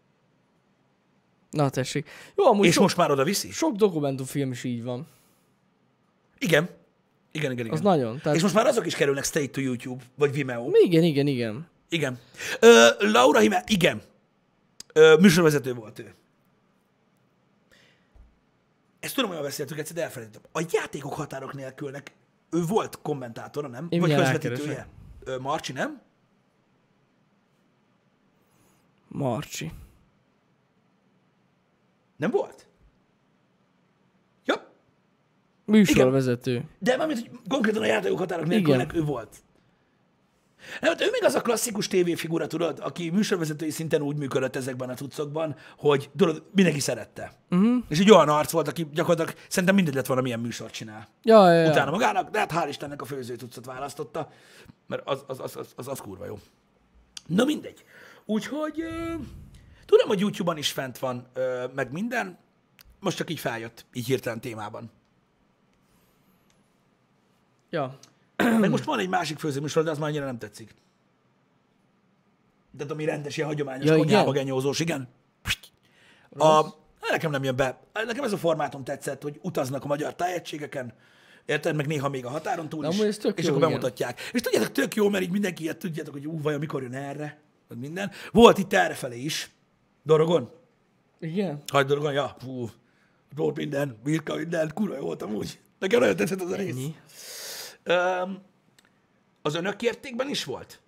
Speaker 1: Na tessék. Jó, amúgy
Speaker 2: és most már oda viszi.
Speaker 1: sok dokumentumfilm is így van.
Speaker 2: Igen.
Speaker 1: Az nagyon. Tehát...
Speaker 2: És most már azok is kerülnek straight to YouTube, vagy Vimeo.
Speaker 1: Igen.
Speaker 2: Igen. Laura Hime, igen. Műsorvezető volt ő. Ezt tudom, hogy beszéltük egyszer, de elfelejtettem. A játékok határok nélkülnek ő volt kommentátora, nem?
Speaker 1: Én
Speaker 2: Vagy
Speaker 1: mindjárt
Speaker 2: közvetítője. Marcsi, nem?
Speaker 1: Marcsi.
Speaker 2: Nem volt? Ja.
Speaker 1: Műsorvezető.
Speaker 2: De mármint, hogy konkrétan a játékok határok nélkülnek ő volt. Nem, hát ő még az a klasszikus tévéfigura, tudod, aki műsorvezetői szinten úgy működött ezekben a cuccokban, hogy tudod, mindenki szerette. És egy olyan arc volt, aki gyakorlatilag szerintem mindegy lett volna, milyen műsort csinál.
Speaker 1: Ja.
Speaker 2: Utána magának, de hát hál' Istennek a főző cuccot választotta, mert az kurva jó. Na mindegy. Úgyhogy tudom, hogy YouTube-on is fent van, meg minden. Most csak így feljött, így hirtelen témában.
Speaker 1: Ja.
Speaker 2: Meg most van egy másik főzőműsor, de az már annyira nem tetszik. De ami rendes, ilyen hagyományos,
Speaker 1: Ja,
Speaker 2: konyhába
Speaker 1: igen?
Speaker 2: genyózós, igen. Nekem nem jön be. Nekem ez a formátum tetszett, hogy utaznak a magyar tájegységeken, érted, meg néha még a határon túl
Speaker 1: Na,
Speaker 2: is,
Speaker 1: amúgy ez tök
Speaker 2: és
Speaker 1: jó,
Speaker 2: akkor
Speaker 1: igen.
Speaker 2: bemutatják. És tudjátok, tök jó, mert így mindenki ilyet tudjátok, hogy vajon mikor jön erre, meg minden. Volt itt errefelé is, Dorogon.
Speaker 1: Igen?
Speaker 2: Hagydorogon, ja, volt minden, birka minden, kurva jó volt amúgy. Nekem nagyon tetszett az a rész.
Speaker 1: Ennyi.
Speaker 2: Az önök kértékben is volt?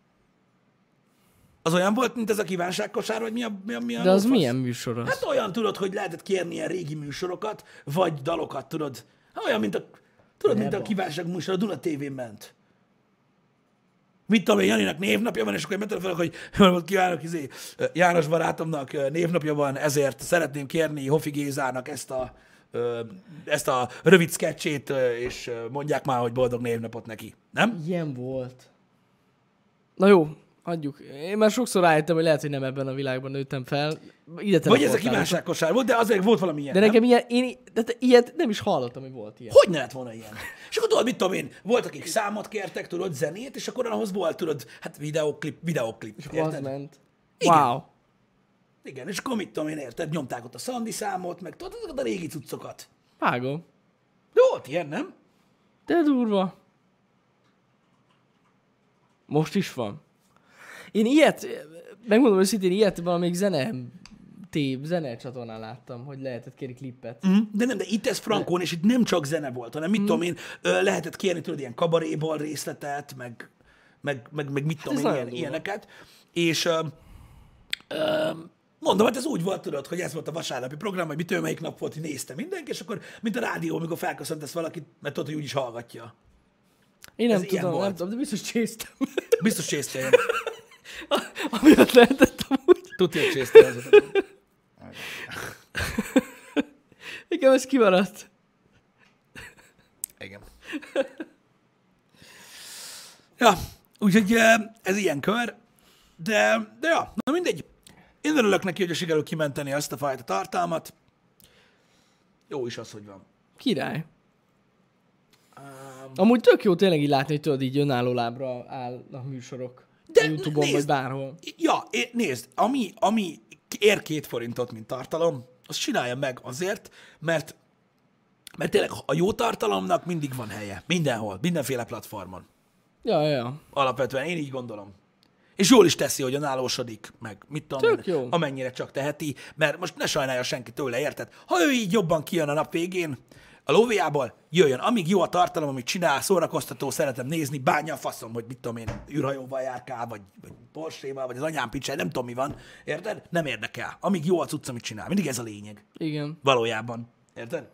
Speaker 2: Az olyan volt, mint ez a kívánságkosár, vagy mi a
Speaker 1: De az
Speaker 2: lófasz?
Speaker 1: milyen műsor az?
Speaker 2: Hát olyan, tudod, hogy lehetett kérni ilyen régi műsorokat, vagy dalokat, tudod. Olyan, mint a kívánság műsor, a Duna TV-n ment. Mit tudom én, Janinak névnapja van, és akkor én mentem fel, hogy kívánok, János barátomnak névnapja van, ezért szeretném kérni Hofi Gézának ezt a rövid sketchét, és mondják már, hogy boldog névnapot neki. Nem?
Speaker 1: Ilyen volt. Na jó, hagyjuk. Én már sokszor rájöttem, hogy lehet, hogy nem ebben a világban nőttem fel. Ide
Speaker 2: Vagy ez a
Speaker 1: teleportálok.
Speaker 2: kívánságkosár volt, de azért volt valami ilyen.
Speaker 1: De
Speaker 2: nem?
Speaker 1: nekem ilyet nem is hallottam, hogy volt ilyen.
Speaker 2: Hogy ne lett volna ilyen? És akkor tudod, mit tudom én, volt, akik számot kértek, tudod, zenét, és akkor ahhoz volt, tudod, hát videóklip.
Speaker 1: És akkor az
Speaker 2: Érted?
Speaker 1: ment.
Speaker 2: Igen.
Speaker 1: Wow.
Speaker 2: Igen, és akkor mit tudom én, érted, nyomták ott a Szandi számot, meg tudod, azokat a régi cuccokat.
Speaker 1: Vágom.
Speaker 2: De volt ilyen, nem?
Speaker 1: De durva. Most is van. Én ilyet, megmondom őszintén, ilyet valamelyik zene csatornán láttam, hogy lehetett kérni klippet.
Speaker 2: De nem, de itt ez frankón, és itt nem csak zene volt, hanem mit tudom én, lehetett kérni, tudod, ilyen kabaréból részletet, meg mit tudom
Speaker 1: ez
Speaker 2: én,
Speaker 1: nagyon durva.
Speaker 2: ilyeneket. És mondom, hát ez úgy volt, tudod, hogy ez volt a vasárnapi program, hogy mit tudom, melyik nap volt, hogy nézte mindenki, és akkor, mint a rádió, amikor felköszöntesz valakit, mert tudod, hogy úgyis hallgatja.
Speaker 1: Én nem
Speaker 2: Ez ilyen
Speaker 1: tudom,
Speaker 2: volt.
Speaker 1: nem tudom, de biztos csésztem.
Speaker 2: Biztos csésztél.
Speaker 1: Amiatt lehetett amúgy.
Speaker 2: Tudja, hogy csésztél azokat.
Speaker 1: Igen, ez kimaradt.
Speaker 2: Igen. Ja, úgyhogy ez ilyen kör, de ja, na mindegy. Én örülök neki, hogy sikerül kimenteni azt a fajta tartalmat. Jó is az, hogy van.
Speaker 1: Király. Amúgy tök jó tényleg így látni, hogy tudod, így önálló lábra állnak műsorok.
Speaker 2: De
Speaker 1: A YouTube-on
Speaker 2: nézd,
Speaker 1: vagy bárhol.
Speaker 2: Ja, nézd, ami ér 2 forintot, mint tartalom, azt csinálja meg azért, mert tényleg a jó tartalomnak mindig van helye. Mindenhol, mindenféle platformon.
Speaker 1: Ja.
Speaker 2: Alapvetően én így gondolom. És jól is teszi, hogy önállósodik, meg mit tudom
Speaker 1: Tök
Speaker 2: én,
Speaker 1: jó.
Speaker 2: amennyire csak teheti, mert most ne sajnálja senki tőle, érted? Ha ő így jobban kijön a nap végén, a lóvéjából, jöjjön. Amíg jó a tartalom, amit csinál, szórakoztató, szeretem nézni, bánja a faszom, hogy mit tudom én, űrhajóval járkál, vagy Porsche-val, vagy az anyám picsány, nem tudom mi van, érted? Nem érdekel. Amíg jó a cucc, amit csinál. Mindig ez a lényeg.
Speaker 1: Igen.
Speaker 2: Valójában. Érted?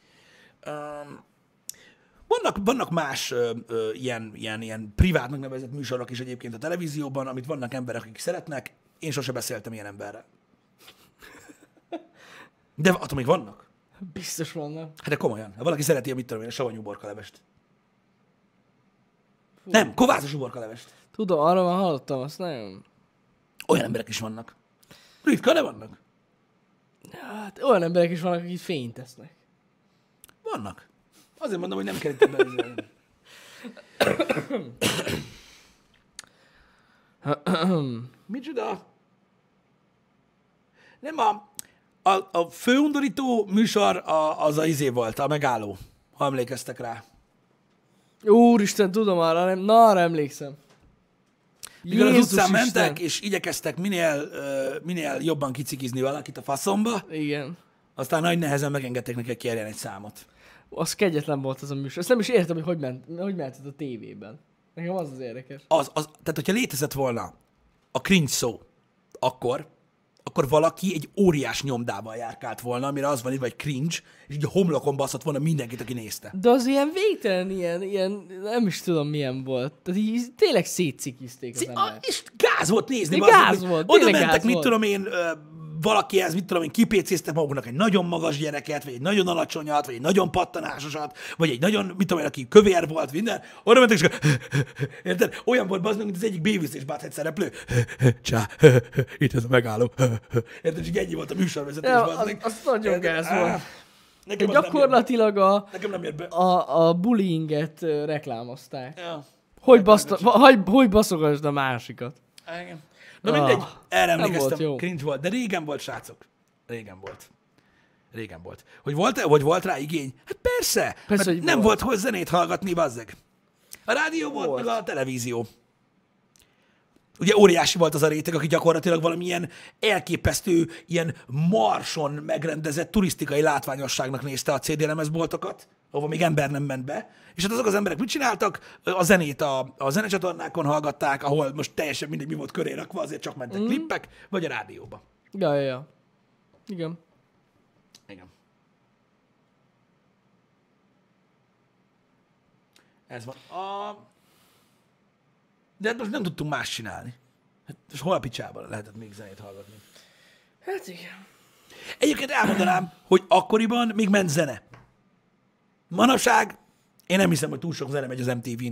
Speaker 2: Vannak más ilyen privátnak nevezett műsorok is egyébként a televízióban, amit vannak emberek, akik szeretnek. Én sose beszéltem ilyen emberrel. De attól még vannak.
Speaker 1: Biztos vannak.
Speaker 2: Hát de komolyan. Ha valaki szereti a mit tudom én, a savanyú uborkalevest. Nem, kovászos uborkalevest.
Speaker 1: Tudom, arra már hallottam, azt nagyon...
Speaker 2: Olyan emberek is vannak. Ritka, de vannak.
Speaker 1: Hát olyan emberek is vannak, akik fényt tesznek.
Speaker 2: Vannak. Azért mondom, hogy nem kell itt belőzni. Micsoda? Nem a főundorító műsor az a izé volt, a megálló, ha emlékeztek rá.
Speaker 1: Úristen, tudom arra emlékszem.
Speaker 2: Mikor az
Speaker 1: Jézus
Speaker 2: utcán
Speaker 1: Isten.
Speaker 2: mentek, és igyekeztek minél jobban kicikizni valakit a faszomba,
Speaker 1: Igen.
Speaker 2: aztán nagy nehezen megengedték neki, hogy kérjen egy számot.
Speaker 1: Az kegyetlen volt az a műsor. Ezt nem is értem, hogy ment ez a tévében. Nekem az érdekes.
Speaker 2: Tehát, hogyha létezett volna a cringe szó akkor, akkor valaki egy óriás nyomdával járkált volna, amire az van írva, vagy cringe, és így a homlokon baszott volna mindenkit, aki nézte.
Speaker 1: De az ilyen végtelen, ilyen, nem is tudom milyen volt. Tehát így tényleg szétcikizték az embert.
Speaker 2: És gáz volt nézni.
Speaker 1: Gáz volt,
Speaker 2: oda
Speaker 1: tényleg
Speaker 2: mentek,
Speaker 1: gáz
Speaker 2: mit
Speaker 1: volt.
Speaker 2: tudom én, valakihez, mit tudom én, kipécéztek maguknak egy nagyon magas gyereket, vagy egy nagyon alacsonyat, vagy egy nagyon pattanásosat, vagy egy nagyon, mit tudom én, aki kövér volt, minden. Oda mentek, és érted? Olyan volt bazd meg, mint az egyik Beavis és Butthead szereplő. Csá, itt ez a megálló. Érted? És így ennyi volt a műsorvezetés,
Speaker 1: Ja,
Speaker 2: bazd meg.
Speaker 1: az nagyon gáz volt.
Speaker 2: Nekem az
Speaker 1: Gyakorlatilag
Speaker 2: nekem nem jött be.
Speaker 1: a bullyinget reklámozták.
Speaker 2: Ja.
Speaker 1: Hogy baszogasd a másikat.
Speaker 2: Igen. Na mindegy, erre
Speaker 1: nem
Speaker 2: emlékeztem,
Speaker 1: volt jó.
Speaker 2: cringe volt, de régen volt, srácok. Régen volt. Hogy volt rá igény? Hát persze, mert
Speaker 1: hogy
Speaker 2: nem
Speaker 1: volt.
Speaker 2: volt hol zenét hallgatni, bazzeg. A rádió volt, meg a televízió. Ugye óriási volt az a réteg, aki gyakorlatilag valamilyen elképesztő, ilyen Marson megrendezett turisztikai látványosságnak nézte a CD-lemez boltokat, ahova még ember nem ment be. És hát azok az emberek mit csináltak? A zenét a zenecsatornákon hallgatták, ahol most teljesen mindegy, mi volt köré rakva, azért csak mentek klippek, vagy a rádióba.
Speaker 1: Ja. Igen.
Speaker 2: Igen. Ez van. De hát most nem tudtunk más csinálni. Hát most hol a picsában lehetett még zenét hallgatni?
Speaker 1: Hát igen.
Speaker 2: Egyébként elmondanám, hogy akkoriban még ment zene. Manapság én nem hiszem, hogy túl sok zene megy az MTV-n.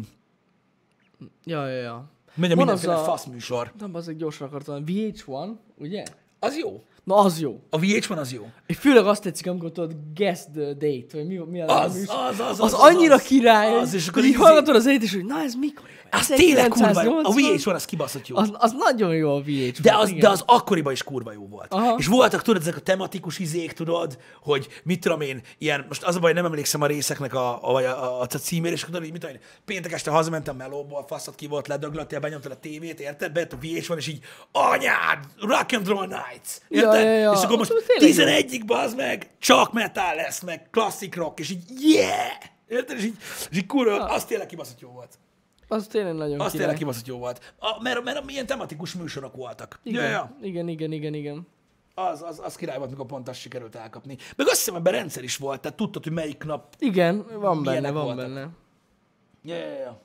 Speaker 1: Ja.
Speaker 2: Megy a
Speaker 1: Van
Speaker 2: mindenféle
Speaker 1: az a-
Speaker 2: faszműsor.
Speaker 1: Nem, az egy gyorsan akartam. VH1, ugye?
Speaker 2: Az jó.
Speaker 1: Na, az jó.
Speaker 2: A VH1 az jó.
Speaker 1: És főleg azt tetszik, amikor tudod guess the date, vagy mi a
Speaker 2: Az,
Speaker 1: műsor.
Speaker 2: az,
Speaker 1: Az annyira király,
Speaker 2: az, és akkor
Speaker 1: hogy így
Speaker 2: így-
Speaker 1: hallgatod az ét, és hogy na ez mikor?
Speaker 2: Az tényleg kurva jó. A
Speaker 1: 1980?
Speaker 2: VH1 az kibaszott jó.
Speaker 1: Az nagyon jó a VH1.
Speaker 2: De az akkoriban is kurva jó volt.
Speaker 1: Aha.
Speaker 2: És voltak, tudod, ezek a tematikus izék, tudod, hogy mit tudom én, ilyen, most az a baj, nem emlékszem a részeknek a címére, és akkor tudod, hogy mit tudom én, péntek este hazamentem melóból, faszat ki volt, ledöglöttél, benyomtad a tévét, érted? Bejött a VH1 és így, anyád, rock and roll nights, érted?
Speaker 1: Ja.
Speaker 2: És akkor most
Speaker 1: Az tényleg jó.
Speaker 2: 11-ig bazd meg, csak metal lesz, meg klasszik rock, és így, yeah! Érted? És így kurva, az tényleg kibaszott jó volt.
Speaker 1: Az tényleg nagyon
Speaker 2: Az
Speaker 1: király.
Speaker 2: tényleg kibaszott jó volt. Mert ilyen tematikus műsorok voltak. Ja.
Speaker 1: Igen.
Speaker 2: Az király volt, mikor pont azt sikerült elkapni. Meg azt hiszem, ebben rendszer is volt, tehát tudtad, hogy melyik nap.
Speaker 1: Igen, van
Speaker 2: Milyenek
Speaker 1: benne.
Speaker 2: voltak. Ja.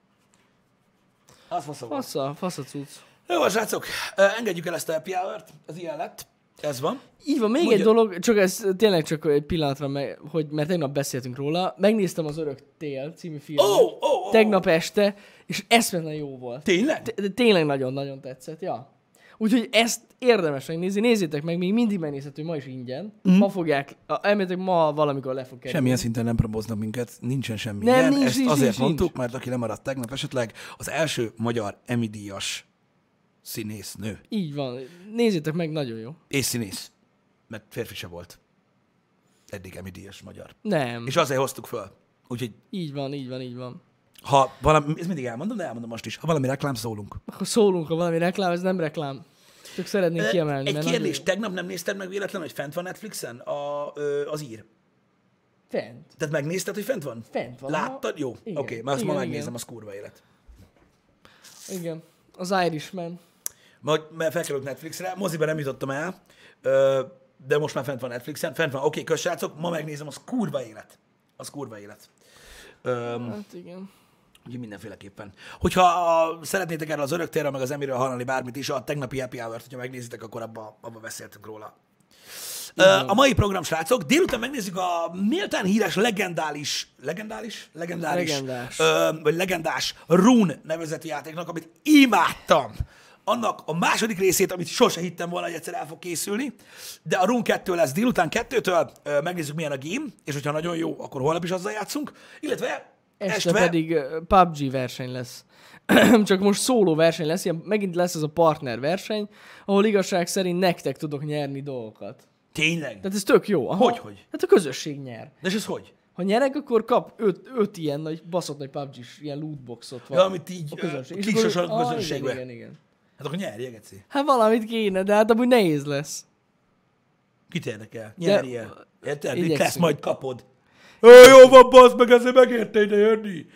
Speaker 2: Az faszom volt.
Speaker 1: Fasz a cucc.
Speaker 2: Jó, srácok, engedjük el ezt a happy hour-t, ez ilyen lett. Ez van.
Speaker 1: Így van, még
Speaker 2: Mondja.
Speaker 1: egy dolog, csak ez tényleg csak egy pillanatra, mert tegnap beszéltünk róla. Megnéztem az Örök tél című filmet.
Speaker 2: Ó.
Speaker 1: Tegnap este, és eszméletlen jó volt.
Speaker 2: Tényleg?
Speaker 1: Tényleg nagyon-nagyon tetszett, ja. Úgyhogy ezt érdemes megnézni. Nézzétek meg, még mindig megnézhető, ma is ingyen. Ma fogják, elméletek ma valamikor le fog kerülni.
Speaker 2: Semmilyen szinten nem promóznak minket, nincsen semmi
Speaker 1: Nem,
Speaker 2: ilyen.
Speaker 1: nincs,
Speaker 2: Ezt
Speaker 1: nincs,
Speaker 2: azért
Speaker 1: nincs,
Speaker 2: mondtuk, mert aki lemaradt tegnap esetleg, az első magyar Emmy-díjas színésznő.
Speaker 1: Így van. Nézzétek meg, nagyon jó.
Speaker 2: És színész. Mert férfi se volt. Eddig Emmy-díjas magyar.
Speaker 1: Nem.
Speaker 2: És azért hoztuk föl. Úgyhogy
Speaker 1: Így van.
Speaker 2: ha valami, ezt mindig elmondom, de elmondom most is. Ha valami reklám, szólunk.
Speaker 1: Akkor szólunk, ha valami reklám, ez nem reklám. Csak szeretnénk kiemelni.
Speaker 2: Egy
Speaker 1: mert
Speaker 2: kérdés,
Speaker 1: nagyon
Speaker 2: tegnap nem nézted meg véletlenül, hogy fent van Netflixen az ír?
Speaker 1: jó. Fent.
Speaker 2: Tehát megnézted, hogy fent van?
Speaker 1: Fent van.
Speaker 2: Láttad? Jó.
Speaker 1: Igen.
Speaker 2: Oké, mert azt ma
Speaker 1: Igen,
Speaker 2: megnézem,
Speaker 1: igen.
Speaker 2: az kurva élet.
Speaker 1: Igen. Az Irishman.
Speaker 2: Mert felkerült Netflixre, moziban nem jutottam el, de most már fent van Netflixen. Fent van, oké, kösrácok, ma megnézem, az kurva élet. Az kurva élet.
Speaker 1: Hát igen.
Speaker 2: Úgyhogy mindenféleképpen. Hogyha szeretnétek erről az Öröktérről, meg az Emiről hallani bármit is, a tegnapi happy hour-t, hogyha megnézitek, akkor abba beszéltünk róla. A mai program, srácok, délután megnézzük a méltán híres legendás, vagy legendás Rune nevezetű játéknak, amit imádtam. Annak a második részét, amit sose hittem volna, hogy egyszer el fog készülni, de a Rune 2 lesz délután 2-től, megnézzük milyen a game, és hogyha nagyon jó, akkor holnap is azzal játszunk, illetve
Speaker 1: Este pedig PUBG verseny lesz. Csak most szóló verseny lesz, ilyen, megint lesz ez a partner verseny, ahol igazság szerint nektek tudok nyerni dolgokat.
Speaker 2: Tényleg?
Speaker 1: Tehát ez tök jó. Aha.
Speaker 2: Hogy?
Speaker 1: Hát a közösség nyer.
Speaker 2: De és ez hogy?
Speaker 1: Ha nyerek, akkor kap 5 ilyen nagy, baszott nagy PUBG-s, ilyen lootboxot van.
Speaker 2: Ja, amit így
Speaker 1: a közönség. És
Speaker 2: kisorsolnak
Speaker 1: akkor-
Speaker 2: a közönségbe.
Speaker 1: Igen.
Speaker 2: Hát akkor nyerje, Geci.
Speaker 1: Hát valamit kéne, de hát amúgy nehéz lesz.
Speaker 2: Kit érdekel? Nyerje. Érted? Itt
Speaker 1: igyekszünk.
Speaker 2: lesz, majd kapod. Jó van, bazd meg, ezért megérte ide jönni.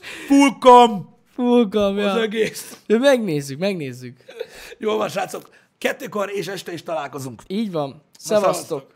Speaker 2: Fullkam
Speaker 1: Fulkam,
Speaker 2: az
Speaker 1: ja.
Speaker 2: egész.
Speaker 1: Ja, megnézzük.
Speaker 2: Jó van, srácok. 2-kor és este is találkozunk.
Speaker 1: Így van.
Speaker 2: Szevasztok.
Speaker 1: Szevasztok.